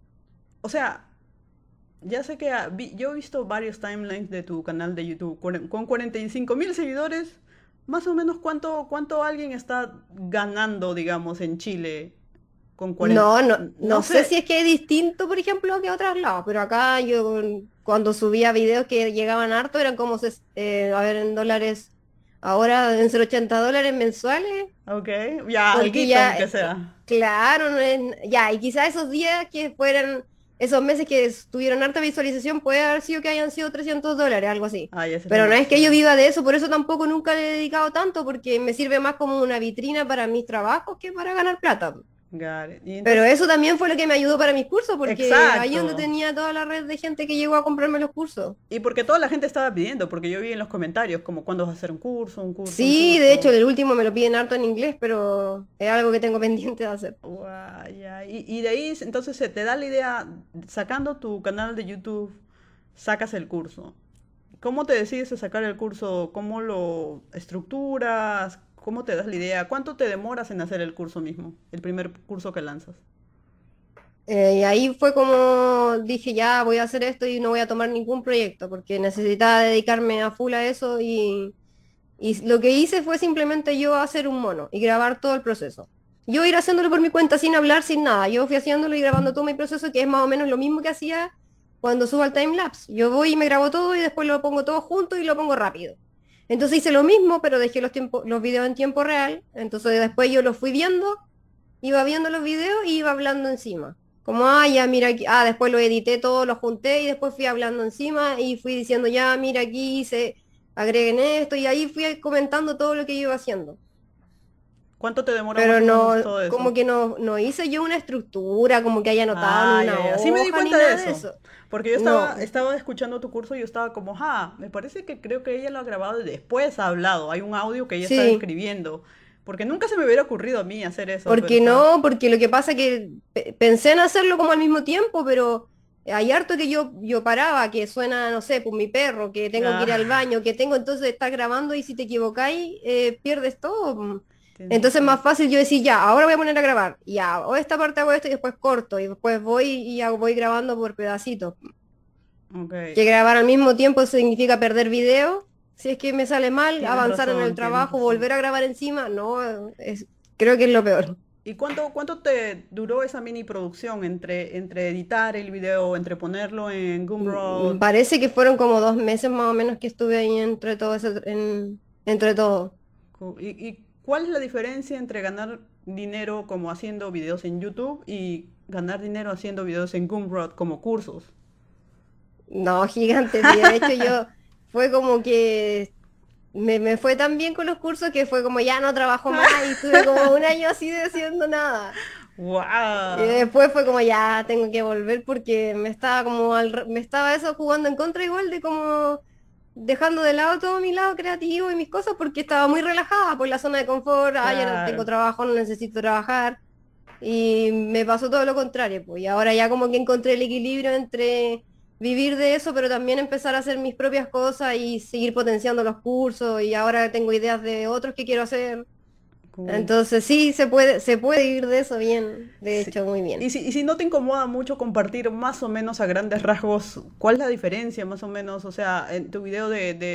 o sea, ya sé que yo he visto varios timelines de tu canal de YouTube con 45.000 seguidores. Más o menos cuánto alguien está ganando, digamos, en Chile con 40. No No sé sé. si es que es distinto, por ejemplo, que otros lados, pero acá yo cuando subía videos que llegaban harto eran como, a ver, en dólares, ahora deben ser $80 mensuales, Ok, ya, porque alguito, ya, aunque sea. claro, ya, y quizás esos días que fueran, esos meses que tuvieron harta visualización, puede haber sido que hayan sido $300, algo así. Ay, ese es Pero no es que yo demasiado. viva de eso, por eso tampoco nunca le he dedicado tanto, porque me sirve más como una vitrina para mis trabajos que para ganar plata. Got it. Y Pero entonces, eso también fue lo que me ayudó para mis cursos, porque ahí donde exacto. tenía toda la red de gente que llegó a comprarme los cursos. Y porque toda la gente estaba pidiendo, porque yo vi en los comentarios como cuándo vas a hacer un curso, un curso, un Sí, de hecho, curso. el último me lo piden harto en inglés, pero es algo que tengo pendiente de hacer. Guau, ya. Y de ahí entonces se te da la idea, sacando tu canal de YouTube, sacas el curso. ¿Cómo te decides a sacar el curso? ¿Cómo lo estructuras? ¿Cómo te das la idea? ¿Cuánto te demoras en hacer el curso mismo? El primer curso que lanzas. Y ahí fue como dije, ya voy a hacer esto y no voy a tomar ningún proyecto, porque necesitaba dedicarme a full a eso y lo que hice fue simplemente yo hacer un mono y grabar todo el proceso. Yo ir haciéndolo por mi cuenta sin hablar, sin nada. Yo fui haciéndolo y grabando todo mi proceso, que es más o menos lo mismo que hacía cuando subo al timelapse. Yo voy y me grabo todo y después lo pongo todo junto y lo pongo rápido. Entonces hice lo mismo, pero dejé los videos en tiempo real. Entonces después yo los fui viendo, iba viendo los videos y iba hablando encima. Como, ya, mira aquí, después lo edité todo, lo junté y después fui hablando encima y fui diciendo, ya, mira aquí, agreguen esto y ahí fui comentando todo lo que yo iba haciendo. ¿Cuánto te demora más Pero o menos no, todo eso? como que no hice yo una estructura, como que haya anotado en Ah, ya, una ya. Sí me di hoja ni cuenta de nada de eso. eso. Porque yo estaba, No, estaba escuchando tu curso y yo estaba como, me parece que creo que ella lo ha grabado y después ha hablado. Hay un audio que ella está sí, escribiendo. Porque nunca se me hubiera ocurrido a mí hacer eso, pero porque está. no, porque lo que pasa que pensé en hacerlo como al mismo tiempo, pero hay harto que yo paraba, que suena, no sé, pues mi perro, que tengo que ir al Ah, baño, que tengo, entonces estás grabando y si te equivocáis, pierdes todo. tienes Entonces es razón. más fácil yo decir, ya, ahora voy a poner a grabar, ya, o esta parte hago esto y después corto, y después voy y voy grabando por pedacitos. Ok, Que grabar al mismo tiempo significa perder video, si es que me sale mal, tienes avanzar en el razón, tienes trabajo, razón. volver a grabar encima, no, creo que es lo peor. ¿Y cuánto te duró esa mini producción entre editar el video, entre ponerlo en Gumroad? Parece que fueron como 2 meses más o menos que estuve ahí entre todo entre todo. ¿Y cuál es la diferencia entre ganar dinero como haciendo videos en YouTube y ganar dinero haciendo videos en Gumroad como cursos? No, gigante, sí, de hecho yo fue como que me fue tan bien con los cursos que fue como ya no trabajo más y estuve como un año así de haciendo nada. Y ¡Wow! después fue como ya tengo que volver porque me estaba como me estaba eso jugando en contra igual de como dejando de lado todo mi lado creativo y mis cosas porque estaba muy relajada por la zona de confort, ya no tengo Claro. trabajo, no necesito trabajar y me pasó todo lo contrario, pues y ahora ya como que encontré el equilibrio entre vivir de eso, pero también empezar a hacer mis propias cosas y seguir potenciando los cursos y ahora tengo ideas de otros que quiero hacer. Cool. Entonces sí, se puede ir de eso bien, de Sí. hecho, muy bien. Y si no te incomoda mucho compartir más o menos a grandes rasgos, ¿cuál es la diferencia más o menos? O sea, en tu video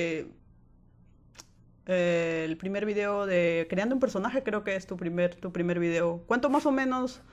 el primer video de creando un personaje creo que es tu primer video. ¿Cuánto más o menos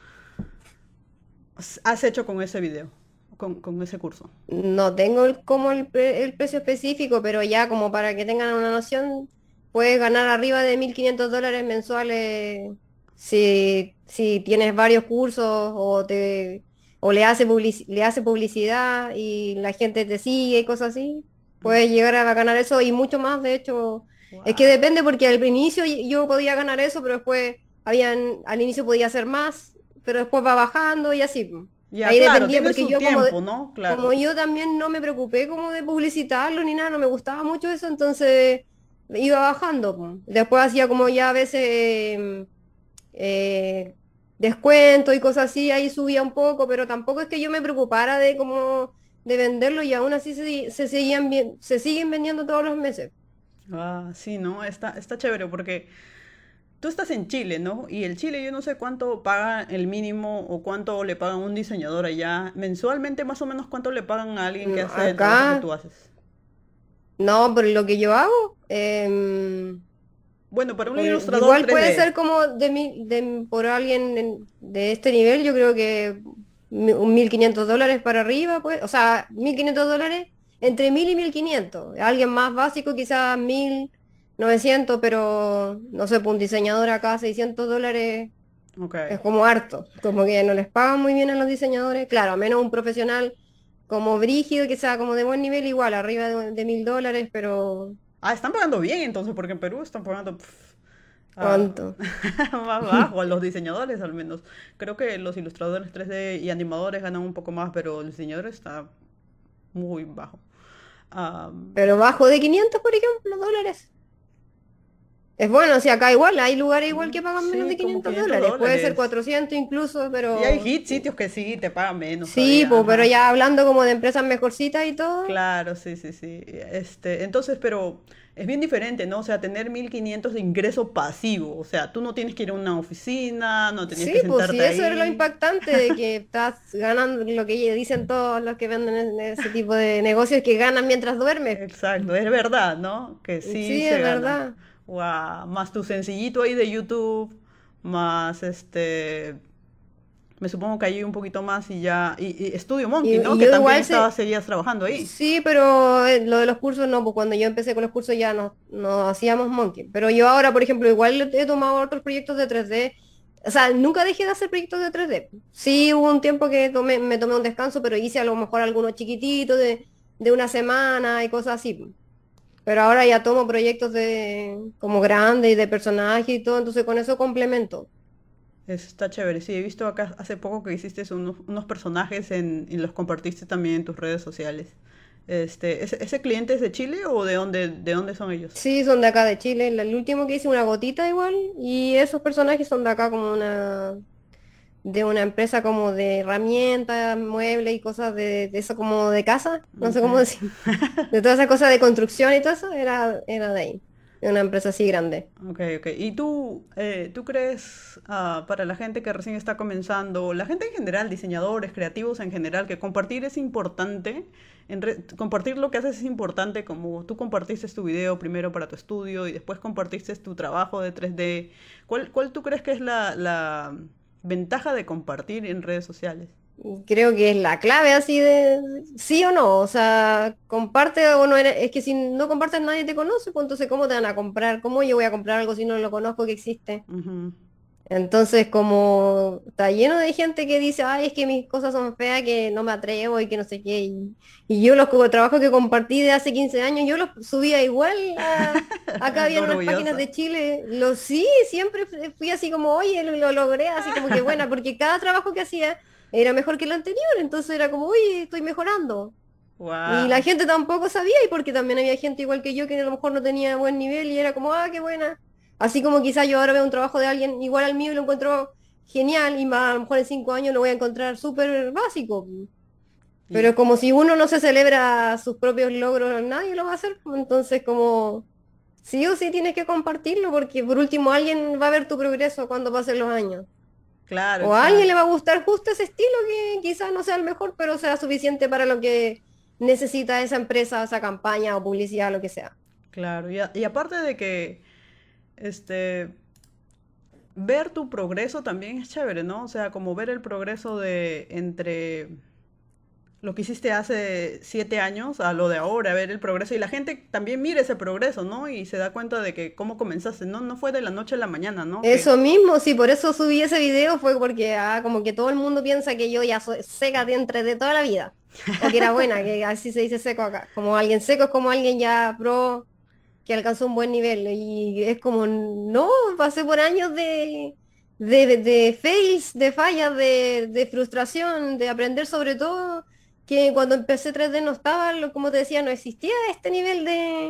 has hecho con ese video, con ese curso? No tengo como el precio específico, pero ya como para que tengan una noción, puedes ganar arriba de $1.500 mensuales si tienes varios cursos o le hace publicidad y la gente te sigue y cosas así. Puedes llegar a ganar eso y mucho más, de hecho. Es que Wow. depende porque al inicio yo podía ganar eso, pero después al inicio podía hacer más, pero después va bajando y así. Ya, Ahí claro, dependía, tiene porque su yo tiempo, ¿no? Claro. como yo también no me preocupé como de publicitarlo ni nada, no me gustaba mucho eso, entonces iba bajando, po. Después hacía como ya a veces eh, descuento y cosas así, ahí subía un poco, pero tampoco es que yo me preocupara de como de venderlo y aún así se siguen vendiendo todos los meses. Ah, sí, ¿no? Está chévere porque tú estás en Chile, ¿no? Y el Chile yo no sé cuánto paga el mínimo o cuánto le pagan a un diseñador allá. Mensualmente más o menos cuánto le pagan a alguien que hace el trabajo que Acá, tú haces. no, por lo que yo hago, Bueno, para un ilustrador igual puede 3D. ser como por alguien de este nivel, yo creo que un $1.500 para arriba, pues, o sea, $1.500, entre 1.000 y 1.500. Alguien más básico quizás 1.900, pero no sé, pues un diseñador acá $600 Ok. es como harto, como que no les pagan muy bien a los diseñadores, claro, a menos un profesional como brígido, que sea como de buen nivel, igual, arriba de $1.000, pero Ah, están pagando bien entonces, porque en Perú están pagando ¿cuánto? más bajo a los diseñadores al menos. Creo que los ilustradores 3D y animadores ganan un poco más, pero los diseñadores está muy bajo. Ah, Pero bajo de 500, por ejemplo, dólares. Es bueno, si acá igual, hay lugares igual que pagan menos sí, de como 500 500 dólares, puede ser dólares. 400 incluso, Y hay pero sitios que sí te pagan menos sí, todavía, pues, pero ajá. ya hablando como de empresas mejorcitas y todo, Claro, sí, sí, sí. Entonces, pero es bien diferente, ¿no? O sea, tener 1.500 de ingreso pasivo. O sea, tú no tienes que ir a una oficina, no tenías sí, que pues sí, sentarte eso era lo ahí. impactante de que estás ganando lo que dicen todos los que venden en ese tipo de negocios, que ganan mientras duermes. Exacto, es verdad, ¿no? Que sí Sí, se es gana. verdad. Guau, más tu sencillito ahí de YouTube, más me supongo que ahí un poquito más y ya, y Studio Monkey, ¿no? Y Que yo también igual estabas, seguías trabajando ahí. sí, pero lo de los cursos no, pues cuando yo empecé con los cursos ya no hacíamos Monkey. Pero yo ahora, por ejemplo, igual he tomado otros proyectos de 3D. O sea, nunca dejé de hacer proyectos de 3D. Sí, hubo un tiempo que me tomé un descanso, pero hice a lo mejor algunos chiquititos de una semana y cosas así. Pero ahora ya tomo proyectos como grandes y de personajes y todo, entonces con eso complemento. Está chévere, sí, he visto acá hace poco que hiciste unos personajes y los compartiste también en tus redes sociales. ¿Ese cliente es de Chile o de dónde son ellos? Sí, son de acá de Chile. El último que hice una gotita igual, y esos personajes son de acá como de una empresa como de herramientas, muebles y cosas de eso como de casa, no sé Ok. cómo decir, de todas esas cosas de construcción y todo eso, era de ahí, de una empresa así grande. Ok, ok. ¿Y tú crees, para la gente que recién está comenzando, la gente en general, diseñadores, creativos en general, que compartir es importante? Compartir lo que haces es importante, como tú compartiste tu video primero para tu estudio y después compartiste tu trabajo de 3D. ¿Cuál tú crees que es la ventaja de compartir en redes sociales? Y creo que es la clave así de sí o no, o sea, comparte o no es que si no compartes nadie te conoce, pues entonces ¿cómo te van a comprar? ¿Cómo yo voy a comprar algo si no lo conozco que existe? Ujú. Entonces, como está lleno de gente que dice, ay, es que mis cosas son feas, que no me atrevo y que no sé qué. Y yo los trabajos que compartí de hace 15 años, yo los subía igual acá Está habían unas páginas orgullosa. de Chile. Sí, siempre fui así como, oye, lo logré, así como que buena, porque cada trabajo que hacía era mejor que el anterior. Entonces era como, oye, estoy mejorando. Y la Wow. gente tampoco sabía, y porque también había gente igual que yo que a lo mejor no tenía buen nivel y era como, ah, qué buena. Así como quizás yo ahora veo un trabajo de alguien igual al mío y lo encuentro genial, y más, a lo mejor en 5 años lo voy a encontrar súper básico. Pero Y, es como si uno no se celebra sus propios logros, nadie lo va a hacer, pues. Entonces como sí o sí tienes que compartirlo porque por último alguien va a ver tu progreso cuando pasen los años. Claro, O a alguien exacto. le va a gustar justo ese estilo que quizás no sea el mejor, pero sea suficiente para lo que necesita esa empresa, esa campaña o publicidad, lo que sea. Claro. Y aparte de que, este, ver tu progreso también es chévere, ¿no? O sea, como ver el progreso de entre lo que hiciste hace 7 años a lo de ahora, ver el progreso. Y la gente también mira ese progreso, ¿no? Y se da cuenta de que cómo comenzaste, ¿no? No fue de la noche a la mañana, ¿no? Que, Eso mismo, sí, por eso subí ese video fue porque como que todo el mundo piensa que yo ya soy seca de entre de toda la vida. O que era buena, que así se dice seco acá. Como alguien seco es como alguien ya pro, que alcanzó un buen nivel. Y es como, no, pasé por años de fails, de fallas, de frustración, de aprender sobre todo, que cuando empecé 3D no estaba, como te decía, no existía este nivel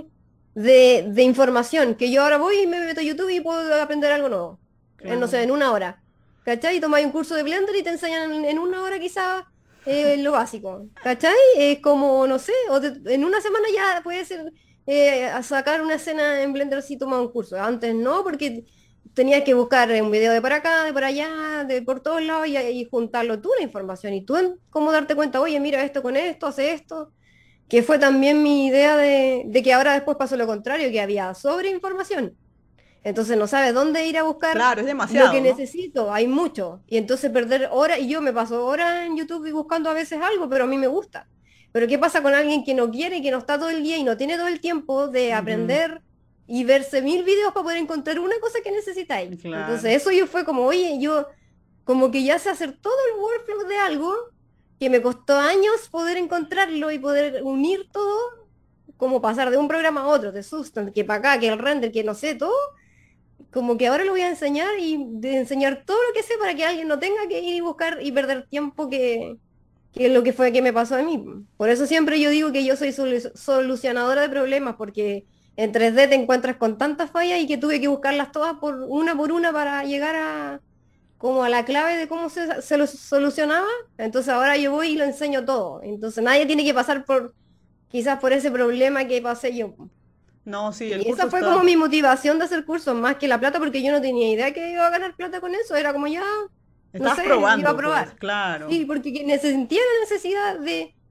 de información, que yo ahora voy y me meto a YouTube y puedo aprender algo nuevo, no sé, claro. en una hora. ¿Cachai? Y tomáis un curso de Blender y te enseñan en una hora quizás lo básico. ¿Cachai? Es como, no sé, en una semana ya puede ser a sacar una escena en Blender si toma un curso. Antes no, porque tenías que buscar un video de para acá, de para allá, de por todos lados y juntarlo tú la información. Y tú cómo darte cuenta, oye, mira esto con esto, hace esto. Que fue también mi idea de que ahora después pasó lo contrario, que había sobreinformación. Entonces no sabes dónde ir a buscar Claro, es lo que demasiado, ¿no? necesito, hay mucho. Y entonces perder horas, y yo me paso horas en YouTube y buscando a veces algo, pero a mí me gusta. Pero ¿qué pasa con alguien que no quiere, que no está todo el día y no tiene todo el tiempo de Ujú. aprender y verse 1000 videos para poder encontrar una cosa que necesitáis? Claro. Entonces eso yo fue como, oye, yo como que ya sé hacer todo el workflow de algo que me costó años poder encontrarlo y poder unir todo, como pasar de un programa a otro, de Substance, que para acá, que el render, que no sé, todo como que ahora lo voy a enseñar y de enseñar todo lo que sé para que alguien no tenga que ir y buscar y perder tiempo que es lo que fue que me pasó a mí. Por eso siempre yo digo que yo soy solucionadora de problemas, porque en 3D te encuentras con tantas fallas y que tuve que buscarlas todas por una para llegar a como a la clave de cómo se lo solucionaba. Entonces ahora yo voy y lo enseño todo. Entonces nadie tiene que pasar por quizás por ese problema que pasé yo. No, sí, el Y curso esa fue como está... mi motivación de hacer cursos, más que la plata, porque yo no tenía idea que iba a ganar plata con eso. Era como ya, no Estabas sé, iba a probando, pues, probar. claro. Sí, porque sentía la necesidad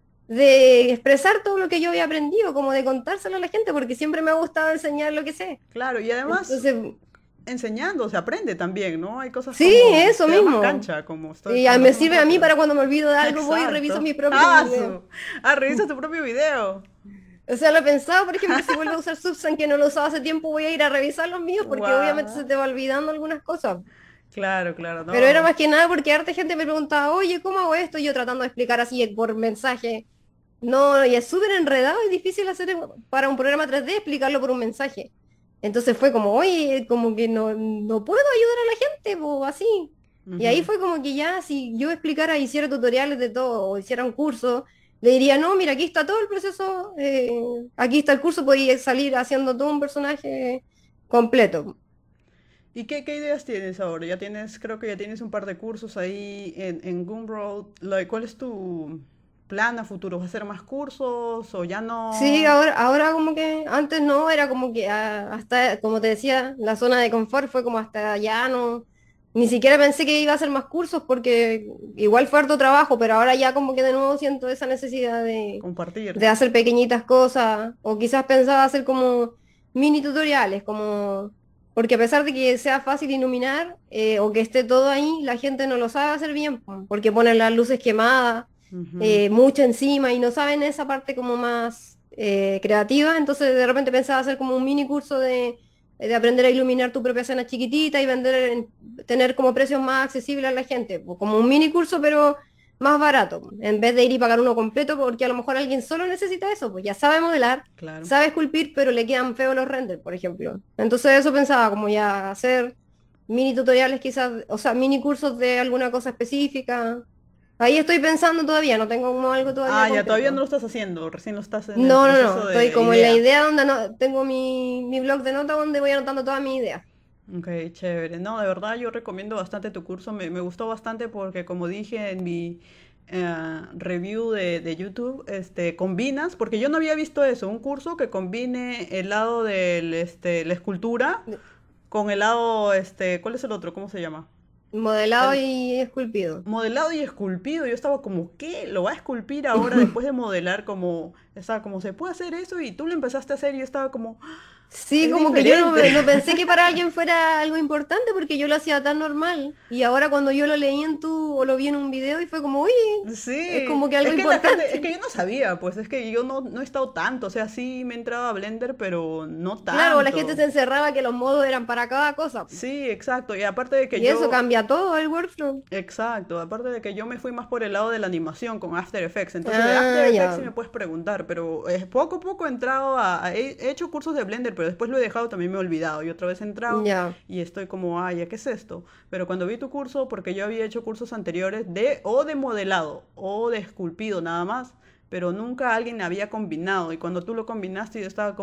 de expresar todo lo que yo había aprendido, como de contárselo a la gente, porque siempre me ha gustado enseñar lo que sé. Claro, y además Entonces, enseñando se aprende también, ¿no? Hay cosas sí, como, eso te da más mismo. cancha, como estoy, Y como lo me haces más sirve a mí rápido. para cuando me olvido de algo, voy y reviso Exacto. mis propios ¡Ah, videos. revisas tu propio video. O sea, lo he pensado, por ejemplo, si vuelvo a usar Substance que no lo usaba hace tiempo, voy a ir a revisar los míos porque obviamente se Guau. te va olvidando algunas cosas. Claro, claro, Pero era no. más que nada porque harta gente me preguntaba, oye, ¿cómo hago esto? Y yo tratando de explicar así por mensaje. No, y es súper enredado y difícil hacer para un programa 3D explicarlo por un mensaje. Entonces fue como, oye, como que no puedo ayudar a la gente, o así. Y ahí Ujú. fue como que ya, si yo explicara, hiciera tutoriales de todo, o hiciera un curso, le diría, no, mira, aquí está todo el proceso, aquí está el curso, podéis salir haciendo todo un personaje completo. ¿Y qué ideas tienes ahora? Ya tienes, creo que ya tienes un par de cursos ahí en Gumroad. ¿Cuál es tu plan a futuro? ¿Vas a hacer más cursos o ya Sí, no? ahora como que antes no, era como que hasta, como te decía, la zona de confort fue como hasta allá, no, ni siquiera pensé que iba a hacer más cursos porque igual fue harto trabajo, pero ahora ya como que de nuevo siento esa necesidad Compartir. de hacer pequeñitas cosas, o quizás pensaba hacer como mini tutoriales, como, porque a pesar de que sea fácil iluminar o que esté todo ahí, la gente no lo sabe hacer bien, porque ponen las luces quemadas Ujú. mucho encima y no saben esa parte como más creativa, entonces de repente pensaba hacer como un mini curso de aprender a iluminar tu propia escena chiquitita y vender, tener como precios más accesibles a la gente, pues, como un mini curso pero más barato, en vez de ir y pagar uno completo porque a lo mejor alguien solo necesita eso, pues ya sabe modelar, Claro. sabe esculpir, pero le quedan feos los renders, por ejemplo. Entonces eso pensaba como ya hacer mini tutoriales quizás, o sea, mini cursos de alguna cosa específica. Ahí estoy pensando todavía, no tengo como algo todavía Ah, ya todavía no concreto. lo estás haciendo, recién lo estás en el No, proceso estoy de como en la idea. idea donde tengo mi blog de notas donde voy anotando todas mis ideas. Ok, chévere. No, de verdad yo recomiendo bastante tu curso. Me gustó bastante porque como dije review de YouTube, combinas, porque yo no había visto eso, un curso que combine el lado de la escultura con el lado, ¿cuál es el otro? ¿Cómo se llama? Modelado El y esculpido. modelado y esculpido. Yo estaba como, ¿qué? ¿Lo va a esculpir ahora después de modelar? Como, estaba como, ¿se puede hacer eso? Y tú lo empezaste a hacer y yo estaba como, Sí, es como que yo no, diferente. no pensé que para alguien fuera algo importante porque yo lo hacía tan normal. Y ahora cuando yo lo leí en tu, o lo vi en un video y fue como, uy, es Sí, como que algo es que la gente, es importante. que yo no sabía, pues es que yo no he estado tanto, o sea, sí me he entrado a Blender, pero no Claro, la gente tanto. se encerraba que los modos eran para cada cosa. Sí, exacto, y aparte de que Y eso yo, cambia todo el workflow. exacto, aparte de que yo me fui más por el lado de la animación con After Effects, entonces de After Ah, Effects sí ya, me puedes preguntar, pero poco a poco he entrado he hecho cursos de Blender, pero después lo he dejado, también me he olvidado, y otra vez he entrado ya. y estoy como, ay, ¿qué es esto? Pero cuando vi tu curso, porque yo había hecho cursos anteriores de modelado o de esculpido nada más, pero nunca alguien había combinado, y cuando tú lo combinaste yo estaba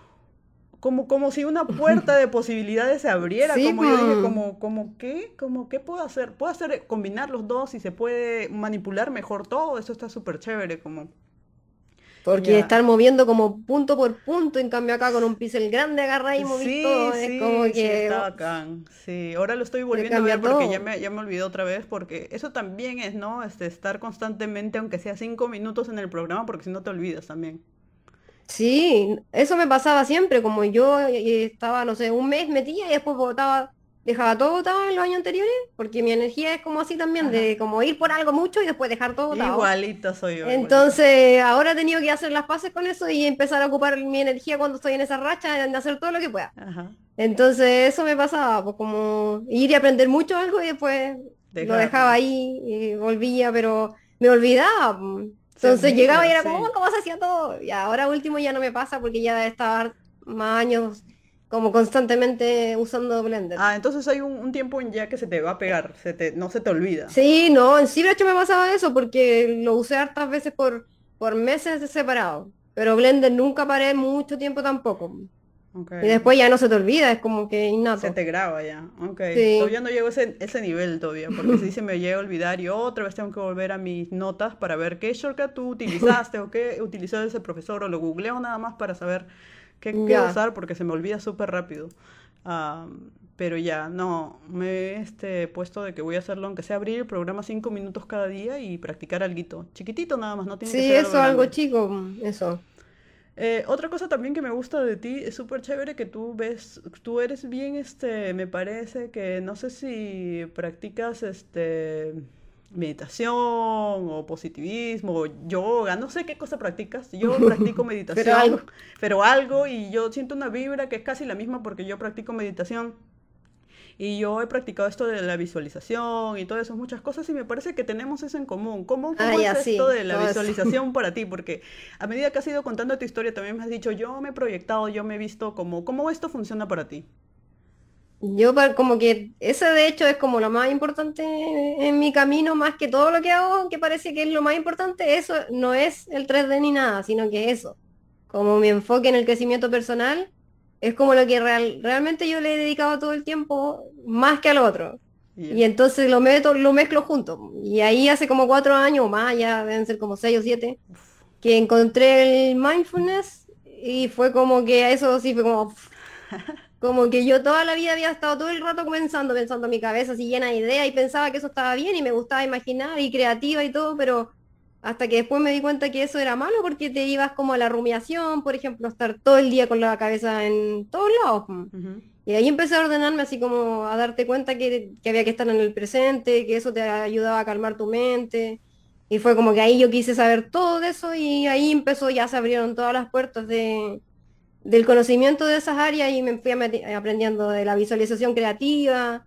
como si una puerta de posibilidades se abriera, Sí, como yo dije, ¿qué? Como, ¿qué puedo hacer? Puedo hacer, combinar los dos y se puede manipular mejor todo, eso está súper chévere, como, porque ya. estar moviendo como punto por punto, en cambio acá con un pincel grande agarra y movís Sí, todo, es como sí, sí, que está bacán. Sí, ahora lo estoy te volviendo a ver cambia porque todo. ya me olvidé otra vez, porque eso también es, ¿no? Estar constantemente, aunque sea 5 minutos en el programa, porque si no te olvidas también. Sí, eso me pasaba siempre, como yo estaba, no sé, un mes metía y después botaba, dejaba todo botado en los años anteriores, porque mi energía es como así también, Ajá. de como ir por algo mucho y después dejar todo botado. Igualita soy yo, igualita. Entonces, ahora he tenido que hacer las paces con eso y empezar a ocupar mi energía cuando estoy en esa racha, en hacer todo lo que pueda. Ajá. Entonces, eso me pasaba, pues como ir y aprender mucho algo y después lo dejaba Dejarlo. ahí y volvía, pero me olvidaba. Se Entonces llegaba y olvida, era como, sí. "Oh, ¿cómo se hacía todo?" Y ahora último ya no me pasa porque ya estaba más años como constantemente usando Blender. Ah, entonces hay un tiempo en ya que se te va a pegar, no se te olvida. Sí, no, en ZBrush me pasaba eso porque lo usé hartas veces por meses de separado. Pero Blender nunca paré mucho tiempo tampoco. Ok. Y después ya no se te olvida, es como que Se innato. te graba ya. Ok. Sí, Todavía no llego a ese nivel todavía, porque si se me llega a olvidar y otra vez tengo que volver a mis notas para ver qué shortcut tú utilizaste o qué utilizó ese profesor o lo googleo nada más para saber qué ya. usar porque se me olvida súper rápido. Ah, pero ya, no, me he puesto de que voy a hacerlo, aunque sea abrir el programa 5 minutos cada día y practicar alguito. Chiquitito nada más, no tiene que Sí, ser algo eso, algo grande. chico, eso. Otra cosa también que me gusta de ti es súper chévere que tú eres bien, me parece que no sé si practicas, meditación o positivismo o yoga, no sé qué cosa practicas. Yo practico Pero algo. meditación, pero algo y yo siento una vibra que es casi la misma porque yo practico meditación. Y yo he practicado esto de la visualización y todas esas muchas cosas y me parece que tenemos eso en común. Ah, ¿Cómo es ya, esto sí, de la todo eso. visualización para ti? Porque a medida que has ido contando tu historia también me has dicho, yo me he proyectado, yo me he visto cómo esto funciona para ti. Como que ese de hecho es como lo más importante en mi camino, más que todo lo que hago, que parece que es lo más importante, eso no es el 3D ni nada, sino que eso, como mi enfoque en el crecimiento personal, es como lo que realmente yo le he dedicado todo el tiempo, más que al otro. Ya. Y entonces lo mezclo junto. Y ahí hace como 4 años o más, ya deben ser como 6 o 7, que encontré el mindfulness y fue como que eso sí fue como que yo toda la vida había estado todo el rato pensando mi cabeza así llena de ideas y pensaba que eso estaba bien y me gustaba imaginar y creativa y todo, pero hasta que después me di cuenta que eso era malo porque te ibas como a la rumiación, por ejemplo, estar todo el día con la cabeza en todos lados. Ujú. Y ahí empecé a ordenarme así como a darte cuenta que había que estar en el presente, que eso te ayudaba a calmar tu mente. Y fue como que ahí yo quise saber todo de eso y ahí empezó, ya se abrieron todas las puertas del conocimiento de esas áreas y me fui aprendiendo de la visualización creativa,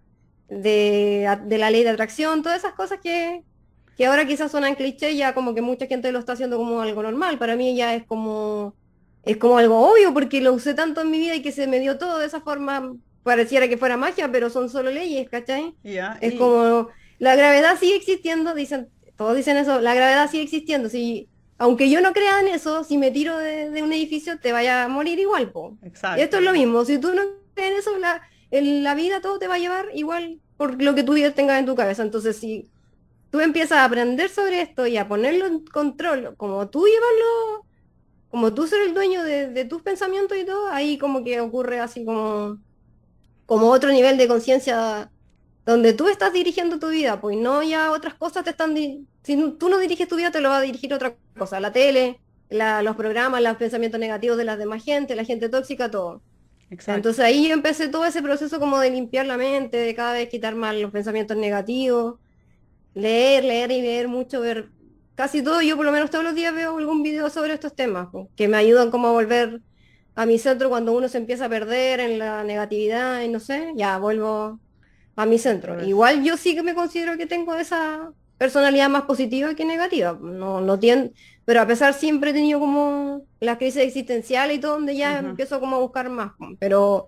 de la ley de atracción, todas esas cosas que ahora quizás suenan cliché, ya como que mucha gente lo está haciendo como algo normal. Para mí ya es como algo obvio porque lo usé tanto en mi vida y que se me dio todo de esa forma, pareciera que fuera magia, pero son solo leyes, ¿cachai? Ya, Es como la gravedad sigue existiendo, dicen, todos dicen eso, la gravedad sigue existiendo. Si, aunque yo no crea en eso, si me tiro de un edificio te vaya a morir igual, po. Esto exacto. es lo mismo, si tú no crees en eso, en la vida todo te va a llevar igual por lo que tú tengas en tu cabeza. Entonces, si tú empiezas a aprender sobre esto y a ponerlo en control, como tú llevarlo, como tú ser el dueño de tus pensamientos y todo, ahí como que ocurre así como otro nivel de conciencia donde tú estás dirigiendo tu vida, pues no ya otras cosas te están... Si tú no diriges tu vida, te lo va a dirigir otra cosa, la tele, los programas, los pensamientos negativos de las demás gente, la gente tóxica, todo. Exacto. Entonces ahí yo empecé todo ese proceso como de limpiar la mente, de cada vez quitar más los pensamientos negativos, leer, leer y leer mucho, ver casi todo. Yo por lo menos todos los días veo algún video sobre estos temas, pues, que me ayudan como a volver a mi centro cuando uno se empieza a perder en la negatividad y no sé, ya vuelvo a mi Otra centro. vez. Igual yo sí que me considero que tengo esa personalidad más positiva que negativa. No tiendo, pero a pesar siempre he tenido como las crisis existenciales y todo, donde ya Ajá. empiezo como a buscar más. Pero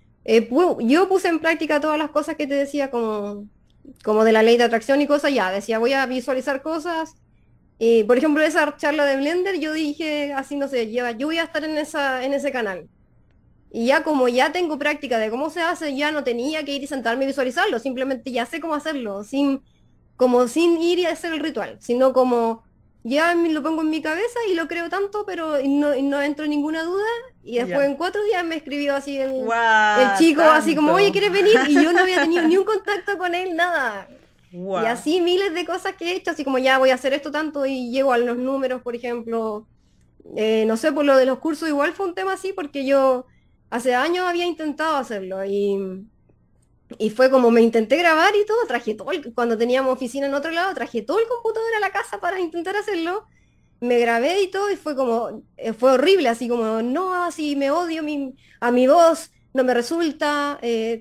yo puse en práctica todas las cosas que te decía, como de la ley de atracción y cosas, ya, decía, voy a visualizar cosas. Y, por ejemplo, esa charla de Blender, yo dije, así no sé, yo voy a estar en ese canal. Y ya como ya tengo práctica de cómo se hace, ya no tenía que ir y sentarme y visualizarlo, simplemente ya sé cómo hacerlo, sin ir y hacer el ritual, sino como ya lo pongo en mi cabeza y lo creo tanto, pero y no entro en ninguna duda. Y después Ya. en 4 días me escribió así el ¡Guau! chico, así como, oye, Tanto. ¿quieres venir? Y yo no había tenido ni un contacto con él, nada. Y ¡Guau! así miles de cosas que he hecho, así como ya voy a hacer esto tanto y llego a los números, por ejemplo. No sé, por lo de los cursos igual fue un tema así, porque yo hace años había intentado hacerlo y fue como me intenté grabar y todo, traje todo, cuando teníamos oficina en otro lado, traje todo el computador a la casa para intentar hacerlo, me grabé y todo y fue como, fue horrible, así como, no, así me odio a mi voz, no me resulta,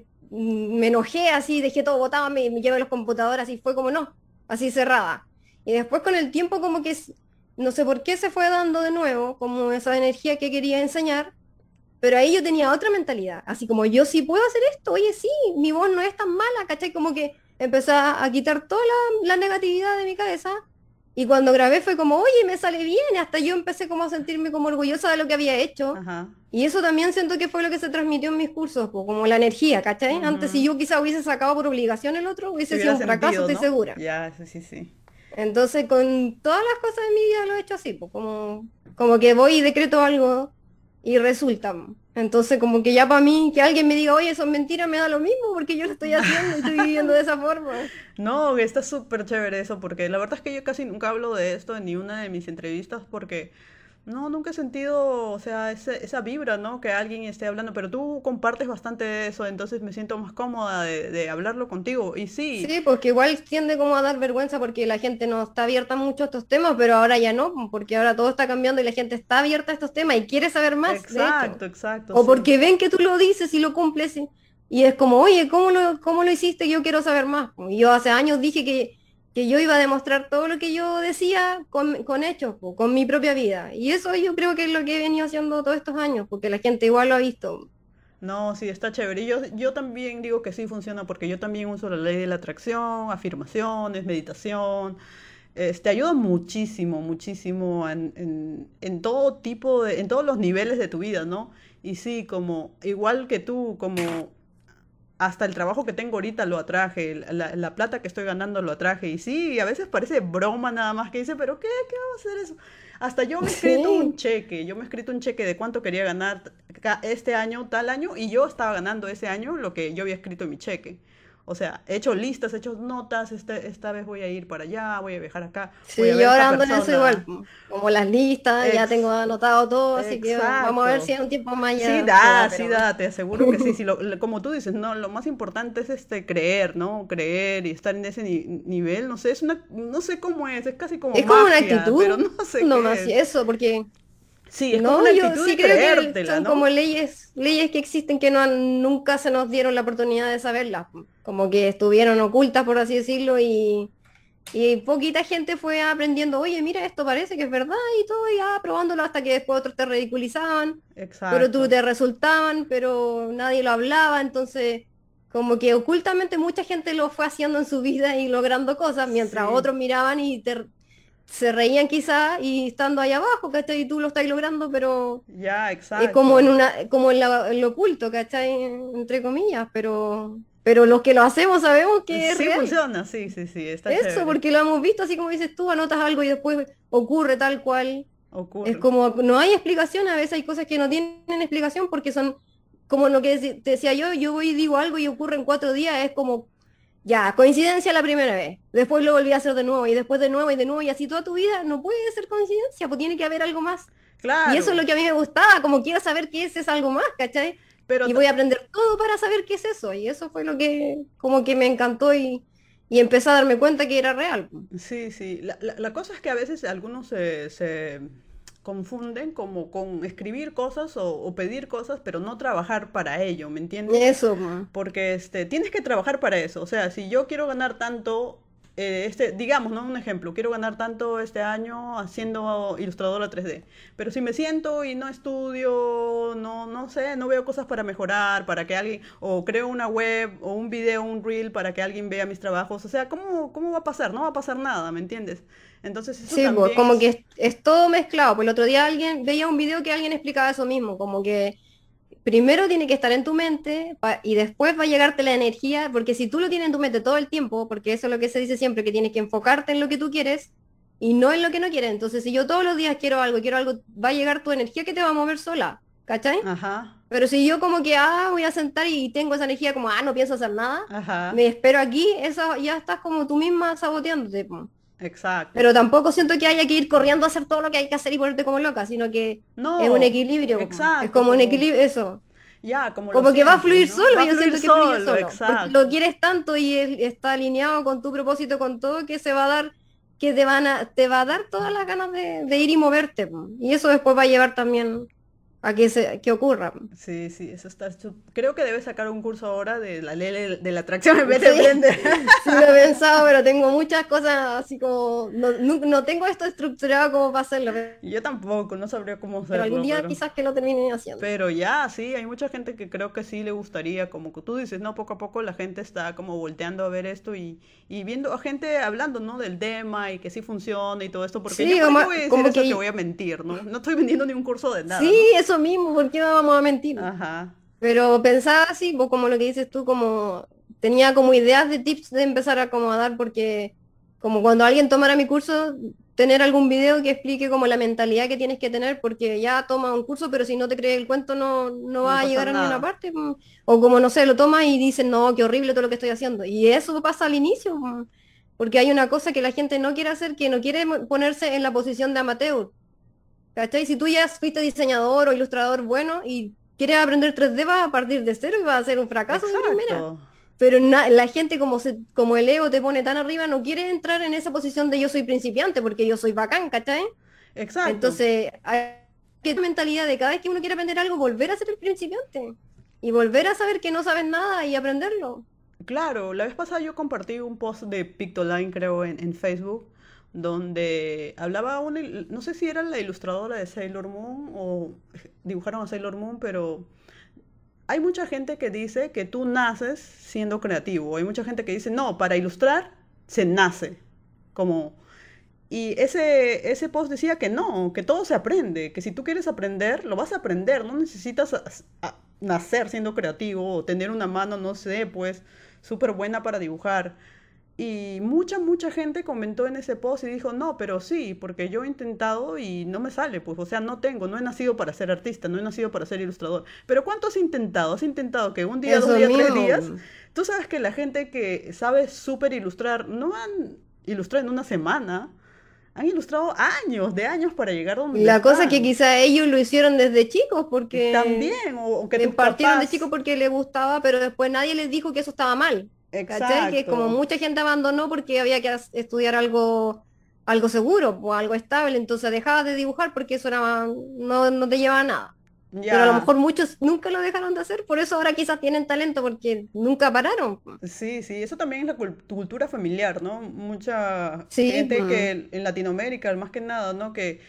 me enojé así, dejé todo botado, me llevé los computadores y fue como, no, así cerrada. Y después con el tiempo como que, no sé por qué se fue dando de nuevo, como esa energía que quería enseñar, pero ahí yo tenía otra mentalidad, así como yo sí puedo hacer esto, oye sí, mi voz no es tan mala, ¿cachai? Como que empecé a quitar toda la negatividad de mi cabeza y cuando grabé fue como, oye, me sale bien, y hasta yo empecé como a sentirme como orgullosa de lo que había hecho. Ajá. Y eso también siento que fue lo que se transmitió en mis cursos, po, como la energía, ¿cachai? Antes si Ujú. yo quizá hubiese sacado por obligación el otro, Se hubiese sido hubiera un fracaso, sentido, estoy ¿no? segura. Ya, sí, sí, sí. Entonces, con todas las cosas de mi vida lo he hecho así, pues, como que voy y decreto algo y resulta. Entonces, como que ya para mí, que alguien me diga, oye, eso es mentira, me da lo mismo porque yo lo estoy haciendo y estoy viviendo de esa forma. No, está súper chévere eso, porque la verdad es que yo casi nunca hablo de esto en ni una de mis entrevistas, porque no, nunca he sentido, o sea, esa vibra, ¿no? Que alguien esté hablando, pero tú compartes bastante eso, entonces me siento más cómoda de hablarlo contigo. Y sí, Sí, porque igual tiende como a dar vergüenza porque la gente no está abierta mucho a estos temas, pero ahora ya no, porque ahora todo está cambiando y la gente está abierta a estos temas y quiere saber más, de hecho. exacto, exacto, O sí. porque ven que tú lo dices y lo cumples y es como, oye, ¿cómo lo hiciste? Yo quiero saber más. Y yo hace años dije que yo iba a demostrar todo lo que yo decía con hechos, po, con mi propia vida. Y eso yo creo que es lo que he venido haciendo todos estos años, porque la gente igual lo ha visto. No, sí, está chévere. Y yo también digo que sí funciona porque yo también uso la ley de la atracción, afirmaciones, meditación. Ayuda muchísimo, muchísimo en todo tipo en todos los niveles de tu vida, ¿no? Y sí, como, igual que tú, como hasta el trabajo que tengo ahorita lo atraje, la plata que estoy ganando lo atraje. Y sí, a veces parece broma nada más que dice, pero ¿qué va a hacer eso? Hasta yo me he escrito un Sí. cheque, yo me he escrito un cheque de cuánto quería ganar este año, tal año, y yo estaba ganando ese año lo que yo había escrito en mi cheque. O sea, he hecho listas, he hecho notas, esta vez voy a ir para allá, voy a viajar acá, voy a Sí, ver yo a esta ahora ando en eso igual, persona. como las listas, ya tengo Ex, anotado todo, así que vamos a ver si exacto. en un tiempo más ya se da, Sí pero da, te aseguro que sí. Sí como tú dices, no, lo más importante es creer, ¿no? Creer y estar en ese nivel, no sé, no sé cómo es casi como es como una magia, pero actitud no sé nomás qué y es. eso, porque Sí, es como no, una yo actitud sí de creo que creértela, son como ¿no? leyes que existen que nunca se nos dieron la oportunidad de saberlas, como que estuvieron ocultas, por así decirlo, y poquita gente fue aprendiendo, oye, mira, esto parece que es verdad y todo, y probándolo hasta que después otros te ridiculizaban, pero tú Exacto. te resultaban, pero nadie lo hablaba, entonces como que ocultamente mucha gente lo fue haciendo en su vida y logrando cosas, mientras Sí, otros miraban y se reían quizá y estando ahí abajo, ¿cachai? Y tú lo estás logrando, pero ya, es como exacto. como en lo oculto, ¿cachai? Entre comillas, pero... pero los que lo hacemos sabemos que es Sí real. funciona, sí, sí, sí, está Eso, chévere. porque lo hemos visto, así como dices tú, anotas algo y después ocurre tal cual. Es Ocurre. como, no hay explicación, a veces hay cosas que no tienen explicación porque son, como lo que te decía yo voy y digo algo y ocurre en 4 días, es como, ya, coincidencia la primera vez, después lo volví a hacer de nuevo y después de nuevo y de nuevo y así toda tu vida, no puede ser coincidencia, pues tiene que haber algo más. Y eso es Claro, lo que a mí me gustaba, como quiero saber qué es ese algo más, ¿cachai? pero Y voy a aprender todo para saber qué es eso. Y eso fue lo que como que me encantó y empecé a darme cuenta que era real. sí, sí. La cosa es que a veces algunos se confunden como con escribir cosas o pedir cosas, pero no trabajar para ello, ¿me entiendes? Eso, po. Porque tienes que trabajar para eso. O sea, si yo quiero ganar tanto, digamos, ¿no? Un ejemplo, quiero ganar tanto este año haciendo ilustradora 3D. Pero si me siento y no estudio, no sé, no veo cosas para mejorar, para que alguien, o creo una web o un video, un reel para que alguien vea mis trabajos. O sea, ¿cómo va a pasar? No va a pasar nada, ¿me entiendes? Entonces eso Sí, pues también como que es. es todo mezclado. Pues el otro día alguien veía un video que alguien explicaba eso mismo, como que primero tiene que estar en tu mente y después va a llegarte la energía, porque si tú lo tienes en tu mente todo el tiempo, porque eso es lo que se dice siempre, que tienes que enfocarte en lo que tú quieres y no en lo que no quieres. Entonces, si yo todos los días quiero algo, va a llegar tu energía que te va a mover sola, ¿cachai? Ajá, Pero si yo como que, voy a sentar y tengo esa energía como, no pienso hacer nada, ajá, me espero aquí, eso ya estás como tú misma saboteándote, po. exacto. Pero tampoco siento que haya que ir corriendo a hacer todo lo que hay que hacer y ponerte como loca, sino que es un No, equilibrio, po. Es exacto, como un como, equilibrio, eso. ya, como lo Como que va a sientes, fluir ¿no? solo, Va a yo fluir siento que fluye solo, solo, porque lo exacto. quieres tanto y está alineado con tu propósito, con todo, que se va a dar, que te va a dar todas las ganas de ir y moverte, po. Y eso después va a llevar también a que ocurra, po. Sí, sí, eso está. Creo que debes sacar un curso ahora de la ley de la atracción en vez de Sí, Blender. sí lo he pensado, pero tengo muchas cosas así como, no tengo esto estructurado como para hacerlo, Yo tampoco, no sabría cómo pero algún hacerlo, día pero. quizás que lo termine haciendo. Pero ya, sí, hay mucha gente que creo que sí le gustaría, como que tú dices, ¿no? Poco a poco la gente está como volteando a ver esto y viendo a gente hablando, ¿no? Del tema y que sí funciona y todo esto, porque yo Sí, para qué voy a decir como eso que que, voy a mentir, ¿no? No estoy vendiendo ni un curso de nada, sí, ¿no? eso mismo, ¿por qué no vamos a mentir? Ajá, Pero pensaba así, pues como lo que dices tú, como tenía como ideas de tips de empezar a acomodar, porque como cuando alguien tomara mi curso, tener algún video que explique como la mentalidad que tienes que tener, porque ya toma un curso, pero si no te crees el cuento no no va a vas a pasar llegar a ninguna nada. parte, pues. O como no sé, lo tomas y dicen, no, qué horrible todo lo que estoy haciendo. Y eso pasa al inicio, pues, porque hay una cosa que la gente no quiere hacer, que no quiere ponerse en la posición de amateur. ¿Cachai? Si tú ya fuiste diseñador o ilustrador bueno y quieres aprender 3D, vas a partir de cero y vas a ser un fracaso de primera. Exacto, Pero la gente como el ego te pone tan arriba, no quiere entrar en esa posición de yo soy principiante porque yo soy bacán, ¿cachai? exacto. Entonces, hay que tener mentalidad de cada vez que uno quiere aprender algo, volver a ser el principiante y volver a saber que no sabes nada y aprenderlo. Claro, la vez pasada yo compartí un post de Pictoline, creo, en Facebook, donde hablaba no sé si era la ilustradora de Sailor Moon o dibujaron a Sailor Moon, pero hay mucha gente que dice que tú naces siendo creativo. Hay mucha gente que dice, no, para ilustrar se nace. Como, y ese post decía que no, que todo se aprende, que si tú quieres aprender, lo vas a aprender, no necesitas nacer siendo creativo o tener una mano, no sé, pues, súper buena para dibujar. Y mucha gente comentó en ese post y dijo, no, pero sí, porque yo he intentado y no me sale, pues, o sea, no he nacido para ser artista, no he nacido para ser ilustrador. Pero ¿cuánto has intentado? ¿Has intentado que un día, dos Eso días, tres días? mismo. Tú sabes que la gente que sabe súper ilustrar no han ilustrado en una semana, han ilustrado años, de años para llegar donde La cosa es que están. quizá ellos lo hicieron desde chicos porque También, o que tus partieron de chicos papás, porque les gustaba, pero después nadie les dijo que eso estaba mal. ¿Cachai? Que como exacto. mucha gente abandonó porque había que estudiar algo seguro o algo estable, entonces dejabas de dibujar porque eso era, no te llevaba a nada. Pero a lo Ya, mejor muchos nunca lo dejaron de hacer, por eso ahora quizás tienen talento porque nunca pararon. sí, sí, eso también es la cultura familiar, ¿no? Mucha Sí, gente que en Latinoamérica, más que nada, ¿no? Que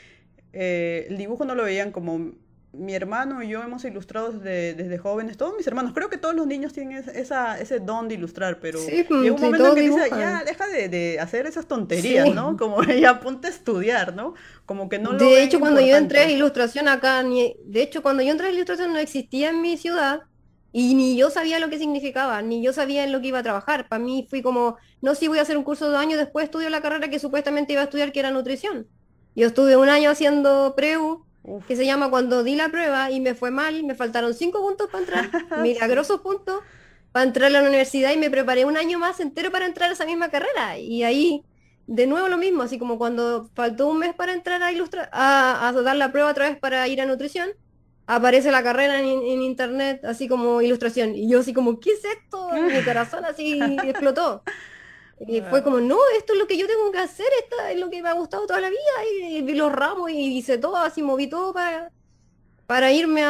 el dibujo no lo veían como mi hermano y yo hemos ilustrado desde jóvenes, todos mis hermanos, creo que todos los niños tienen ese don de ilustrar, pero sí, llega un sí, momento en todos que dice, ya, dibujan. deja de hacer esas tonterías, ¿no? Sí. Como ya ponte a estudiar, ¿no? Como que no lo De ven hecho, cuando yo entré a importante. ilustración acá, de hecho, cuando yo entré a ilustración no existía en mi ciudad. Y ni yo sabía lo que significaba, ni yo sabía en lo que iba a trabajar. Para mí fui como, no, sí voy a hacer un curso de 2 años, después estudio la carrera que supuestamente iba a estudiar, que era nutrición. Yo estuve un año haciendo preu, que Uf. se llama cuando di la prueba y me fue mal, me faltaron 5 puntos para entrar, Sí. milagrosos puntos, para entrar a la universidad y me preparé un año más entero para entrar a esa misma carrera. Y ahí, de nuevo lo mismo, así como cuando faltó un mes para entrar a a dar la prueba otra vez para ir a nutrición, aparece la carrera en internet, así como ilustración. Y yo así como, ¿qué es esto? Mi corazón así explotó. Y fue como, no, esto es lo que yo tengo que hacer, esto es lo que me ha gustado toda la vida. Y vi los ramos y hice todo, así moví todo para irme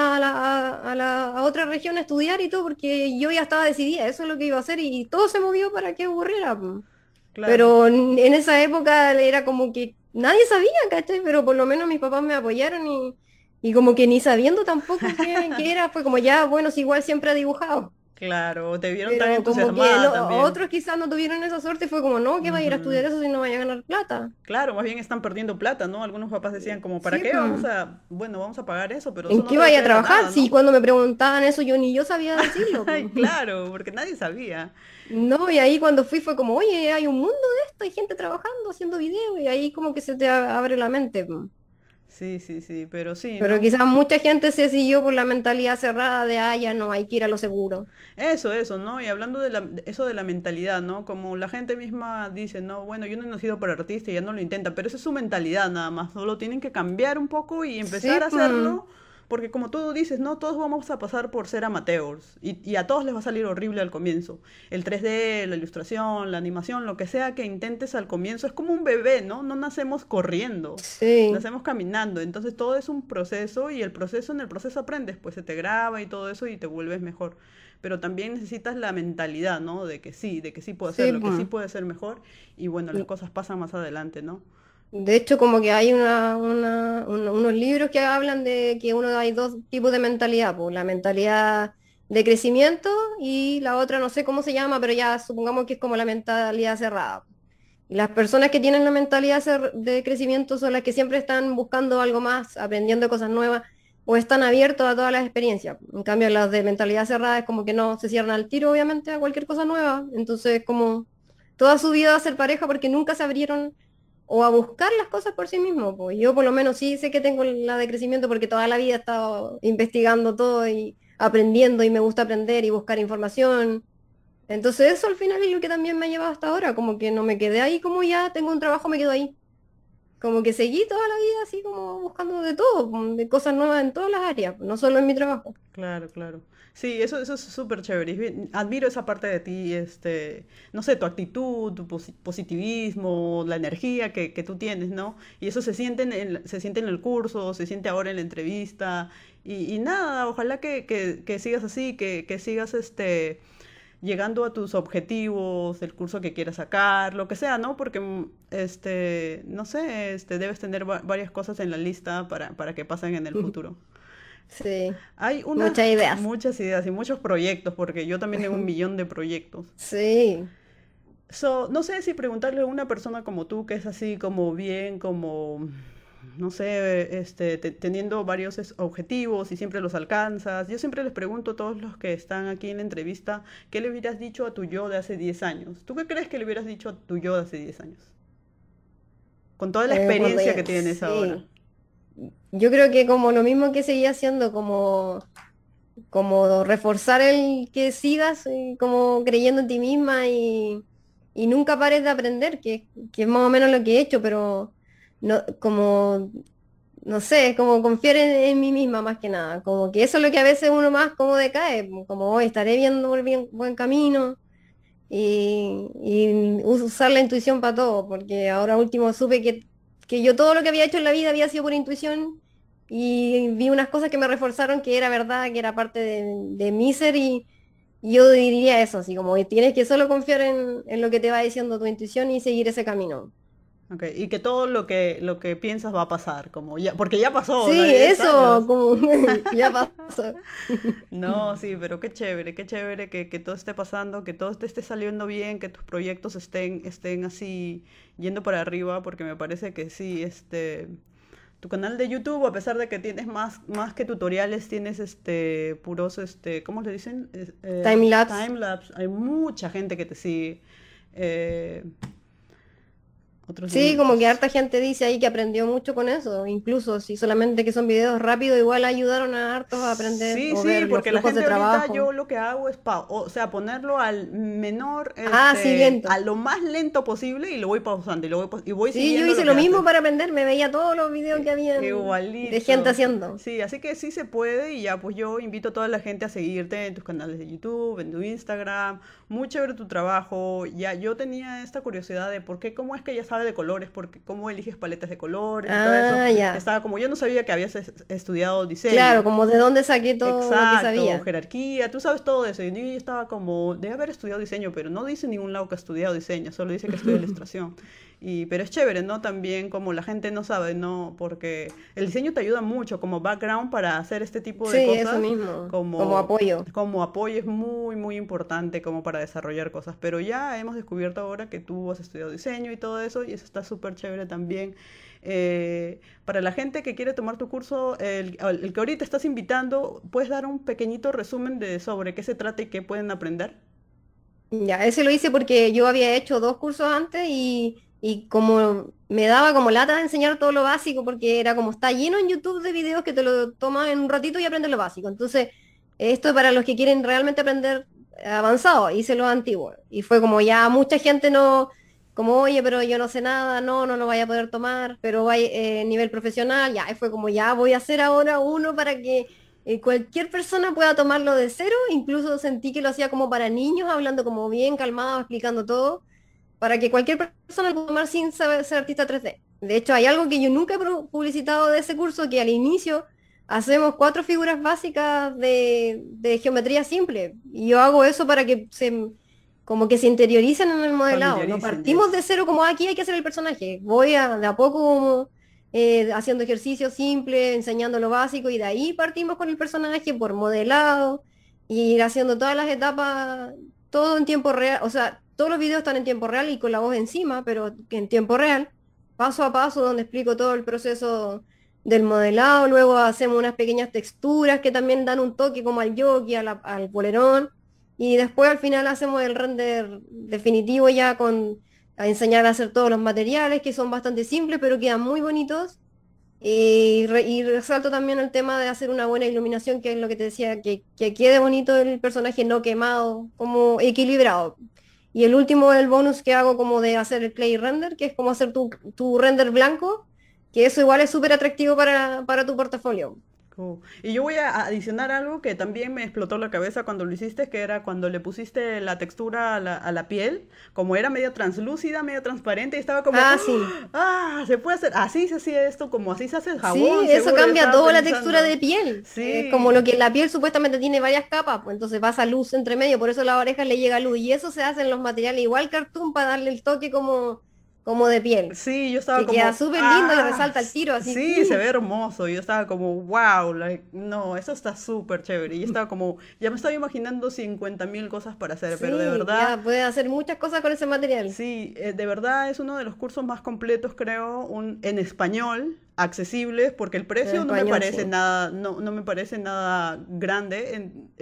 a otra región a estudiar y todo, porque yo ya estaba decidida, eso es lo que iba a hacer y todo se movió para que ocurriera. Po. Claro. Pero en esa época era como que nadie sabía, ¿cachai? Pero por lo menos mis papás me apoyaron y como que ni sabiendo tampoco qué era, fue como ya, bueno, si igual siempre ha dibujado. Claro, te vieron tan Pero como que entusiasmada también. otros quizás no tuvieron esa suerte y fue como, no, que vaya a ir a Ujú. estudiar eso si no vaya a ganar plata. Claro, más bien están perdiendo plata, ¿no? Algunos papás decían como, ¿para Sí, qué vamos pues, a, bueno, vamos a pagar eso, pero eso ¿en no qué te va a vaya a traer a trabajar? nada, Si ¿no? cuando me preguntaban eso yo ni yo sabía decirlo. Ay, Pues. claro, porque nadie sabía. No, y ahí cuando fui fue como, oye, hay un mundo de esto, hay gente trabajando, haciendo videos, y ahí como que se te abre la mente. Pues. Sí, sí, sí, pero sí, Pero ¿no? quizás mucha gente se siguió por la mentalidad cerrada de, ah, ya no, hay que ir a lo seguro. Eso, ¿no? Y hablando de eso de la mentalidad, ¿no? Como la gente misma dice, no, bueno, yo no he nacido para artista y ya no lo intenta, pero esa es su mentalidad nada más, solo tienen que cambiar un poco y Sí, empezar a pues, hacerlo, porque como tú dices, no, todos vamos a pasar por ser amateurs y a todos les va a salir horrible al comienzo. El 3D, la ilustración, la animación, lo que sea que intentes al comienzo, es como un bebé, ¿no? No nacemos corriendo. sí. Nacemos caminando, entonces todo es un proceso y el proceso en el proceso aprendes, pues se te graba y todo eso y te vuelves mejor. Pero también necesitas la mentalidad, ¿no? De que sí puedo Sí, hacerlo, que sí pues. puede ser mejor y bueno, las Y cosas pasan más adelante, ¿no? de hecho, como que hay unos libros que hablan de que uno hay dos tipos de mentalidad, pues la mentalidad de crecimiento y la otra no sé cómo se llama, pero ya supongamos que es como la mentalidad cerrada. Y las personas que tienen la mentalidad de crecimiento son las que siempre están buscando algo más, aprendiendo cosas nuevas o están abiertos a todas las experiencias. En cambio, las de mentalidad cerrada es como que no se cierran al tiro, obviamente, a cualquier cosa nueva. Entonces, como toda su vida va a ser pareja porque nunca se abrieron o a buscar las cosas por sí mismos. Pues yo por lo menos sí sé que tengo la de crecimiento porque toda la vida he estado investigando todo y aprendiendo y me gusta aprender y buscar información. Entonces eso al final es lo que también me ha llevado hasta ahora, como que no me quedé ahí como ya tengo un trabajo, me quedo ahí. Como que seguí toda la vida así como buscando de todo, de cosas nuevas en todas las áreas, no solo en mi trabajo. Claro, claro. Sí, eso es súper chévere. Admiro esa parte de ti, no sé, tu actitud, tu positivismo, la energía que tú tienes, ¿no? Y eso se siente se siente en el curso, se siente ahora en la entrevista. Y nada, ojalá que sigas así, que sigas llegando a tus objetivos, el curso que quieras sacar, lo que sea, ¿no? Porque, no sé, debes tener varias cosas en la lista para que pasen en el futuro. Sí, Hay muchas ideas. muchas ideas y muchos proyectos, porque yo también tengo un millón de proyectos. Sí. So, no sé si preguntarle a una persona como tú, que es así como bien, como, no sé, teniendo varios objetivos y siempre los alcanzas. Yo siempre les pregunto a todos los que están aquí en la entrevista, ¿qué le hubieras dicho a tu yo de hace 10 años? ¿Tú qué crees que le hubieras dicho a tu yo de hace 10 años? Con toda la Cuando experiencia que ya, tienes ahora. sí. Yo creo que como lo mismo que seguía haciendo, como reforzar el que sigas como creyendo en ti misma y nunca pares de aprender, que es más o menos lo que he hecho, pero no, como, no sé, como confiar en mí misma más que nada, como que eso es lo que a veces uno más como decae, como hoy estaré viendo por bien, buen camino y usar la intuición para todo, porque ahora último supe que yo todo lo que había hecho en la vida había sido por intuición y vi unas cosas que me reforzaron que era verdad, que era parte de mi ser y yo diría eso, así como que tienes que solo confiar en lo que te va diciendo tu intuición y seguir ese camino. Okay. Y que todo lo que piensas va a pasar, como ya, porque ya pasó, ¿no? Sí, 10 eso, años. como ya pasó. No, sí, pero qué chévere que todo esté pasando, que todo te esté saliendo bien, que tus proyectos estén así yendo para arriba, porque me parece que sí, tu canal de YouTube, a pesar de que tienes más que tutoriales, tienes puros, ¿cómo le dicen? Timelapse. Timelapse. Hay mucha gente que te sigue. Otros Sí, como que límites. harta gente dice ahí que aprendió mucho con eso, incluso si solamente que son videos rápidos, igual ayudaron a hartos a aprender Sí, o sí, ver los porque la flujos de gente ahorita trabajo. yo lo que hago es, o sea, ponerlo al menor, Ah, sí, lento. a lo más lento posible y lo voy pausando y voy Sí, yo siguiendo lo hice que lo mismo hace. para aprender, me veía todos los videos que habían de gente Igualito. haciendo. Sí, así que sí se puede y ya pues yo invito a toda la gente a seguirte en tus canales de YouTube, en tu Instagram. Muy chévere tu trabajo. Ya yo tenía esta curiosidad de por qué, cómo es que ella sabe de colores, porque cómo eliges paletas de colores y todo eso. Ah, ya. Estaba como yo no sabía que habías estudiado Claro, diseño. como de dónde saqué todo lo que Exacto, sabía. jerarquía, tú sabes todo eso. Y yo estaba como, debe haber estudiado diseño, pero no dice en ningún lado que ha estudiado diseño, solo dice que estudia ilustración. Pero es chévere, ¿no? También como la gente no sabe, ¿no? Porque el diseño te ayuda mucho como background para hacer este tipo Sí, de eso cosas, mismo, como como, apoyo. como apoyo es muy, muy importante como para desarrollar cosas. Pero ya hemos descubierto ahora que tú has estudiado diseño y todo eso, y eso está súper chévere también. Para la gente que quiere tomar tu curso, el que ahorita estás invitando, ¿puedes dar un pequeñito resumen de sobre qué se trata y qué pueden aprender? Ya, ese lo hice porque yo había hecho 2 cursos antes y como me daba como lata de enseñar todo lo básico porque era como está lleno en YouTube de videos que te lo toman en un ratito y aprendes lo básico. Entonces, esto es para los que quieren realmente aprender avanzado, hice los antiguos. Y fue como ya mucha gente no, como oye, pero yo no sé nada, no lo vaya a poder tomar, pero va nivel profesional, ya, y fue como ya voy a hacer ahora uno para que cualquier persona pueda tomarlo de cero, incluso sentí que lo hacía como para niños, hablando como bien calmado, explicando todo, para que cualquier persona lo pueda tomar sin saber ser artista 3D. De hecho, hay algo que yo nunca he publicitado de ese curso, que al inicio hacemos 4 figuras básicas de geometría simple. Y yo hago eso para que como que se interioricen en el modelado. No Familiaricen, partimos de yes. cero como aquí hay que hacer el personaje. Voy de a poco como haciendo ejercicios simples, enseñando lo básico y de ahí partimos con el personaje por modelado y ir haciendo todas las etapas, todo en tiempo real. O sea, todos los videos están en tiempo real y con la voz encima, pero en tiempo real, paso a paso, donde explico todo el proceso del modelado. Luego hacemos unas pequeñas texturas que también dan un toque como al yoki, al polerón. Y después al final hacemos el render definitivo ya a enseñar a hacer todos los materiales que son bastante simples pero quedan muy bonitos. Y resalto también el tema de hacer una buena iluminación, que es lo que te decía, que quede bonito el personaje no quemado, como equilibrado. Y el último, el bonus que hago como de hacer el clay render, que es como hacer tu render blanco, que eso igual es súper atractivo para tu portafolio. Cool. Y yo voy a adicionar algo que también me explotó la cabeza cuando lo hiciste, que era cuando le pusiste la textura a la piel, como era medio translúcida, medio transparente, y estaba como, Ah, sí. se puede hacer, así se hacía esto, como así se hace el Sí, jabón, eso seguro, yo cambia estaba toda la textura pensando. de piel. Como Sí, lo que la piel supuestamente tiene varias capas, pues entonces pasa luz entre medio, por eso a las orejas le llega luz. Y eso se hace en los materiales igual cartoon para darle el toque como de piel. sí, yo estaba Que queda como, súper lindo y resalta el tiro, así. sí, se ve hermoso. Yo estaba como, wow, no, eso está súper chévere. Y yo estaba como, ya me estaba imaginando 50.000 cosas para hacer, pero de Sí, verdad, ya puedes hacer muchas cosas con ese material. sí, de verdad es uno de los cursos más completos, creo, en español, accesibles, porque el En precio no me español, parece sí. nada, no me parece nada grande.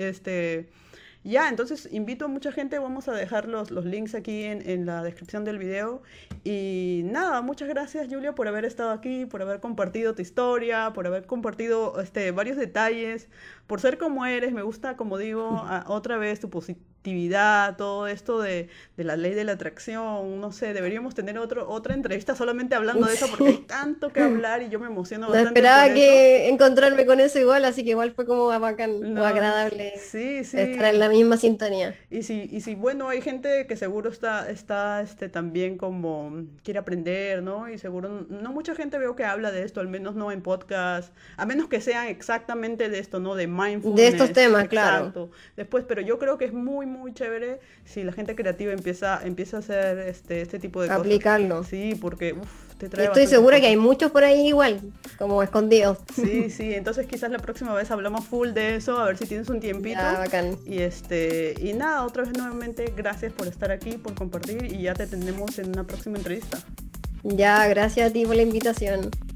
Ya, entonces invito a mucha gente, vamos a dejar los links aquí en la descripción del video. Y nada, muchas gracias Julia por haber estado aquí, por haber compartido tu historia, por haber compartido varios detalles, por ser como eres. Me gusta, como digo, otra vez tu positividad, todo esto de la ley de la atracción. No sé, deberíamos tener otra entrevista solamente hablando de eso porque hay Sí. tanto que hablar y yo me emociono No bastante por esperaba eso. que encontrarme con eso igual, así que igual fue como bacán o No, agradable sí, estar en sí. la misma sintonía. Y si, bueno, hay gente que seguro está también como quiere aprender, ¿no? Y seguro no mucha gente veo que habla de esto, al menos no en podcast, a menos que sean exactamente de esto, ¿no? De De estos mindfulness, temas, claro. exacto. Después, pero yo creo que es muy, muy chévere si la gente creativa empieza a hacer este tipo de cosas. Aplicarlo. Sí, porque te Y trae estoy bastantes segura que hay cosas. muchos por ahí igual, como escondidos. Sí, sí, entonces quizás la próxima vez hablamos full de eso, a ver si tienes un Ya, tiempito. bacán. Y nada, otra vez nuevamente, gracias por estar aquí, por compartir y ya te tendremos en una próxima entrevista. Ya, gracias a ti por la invitación.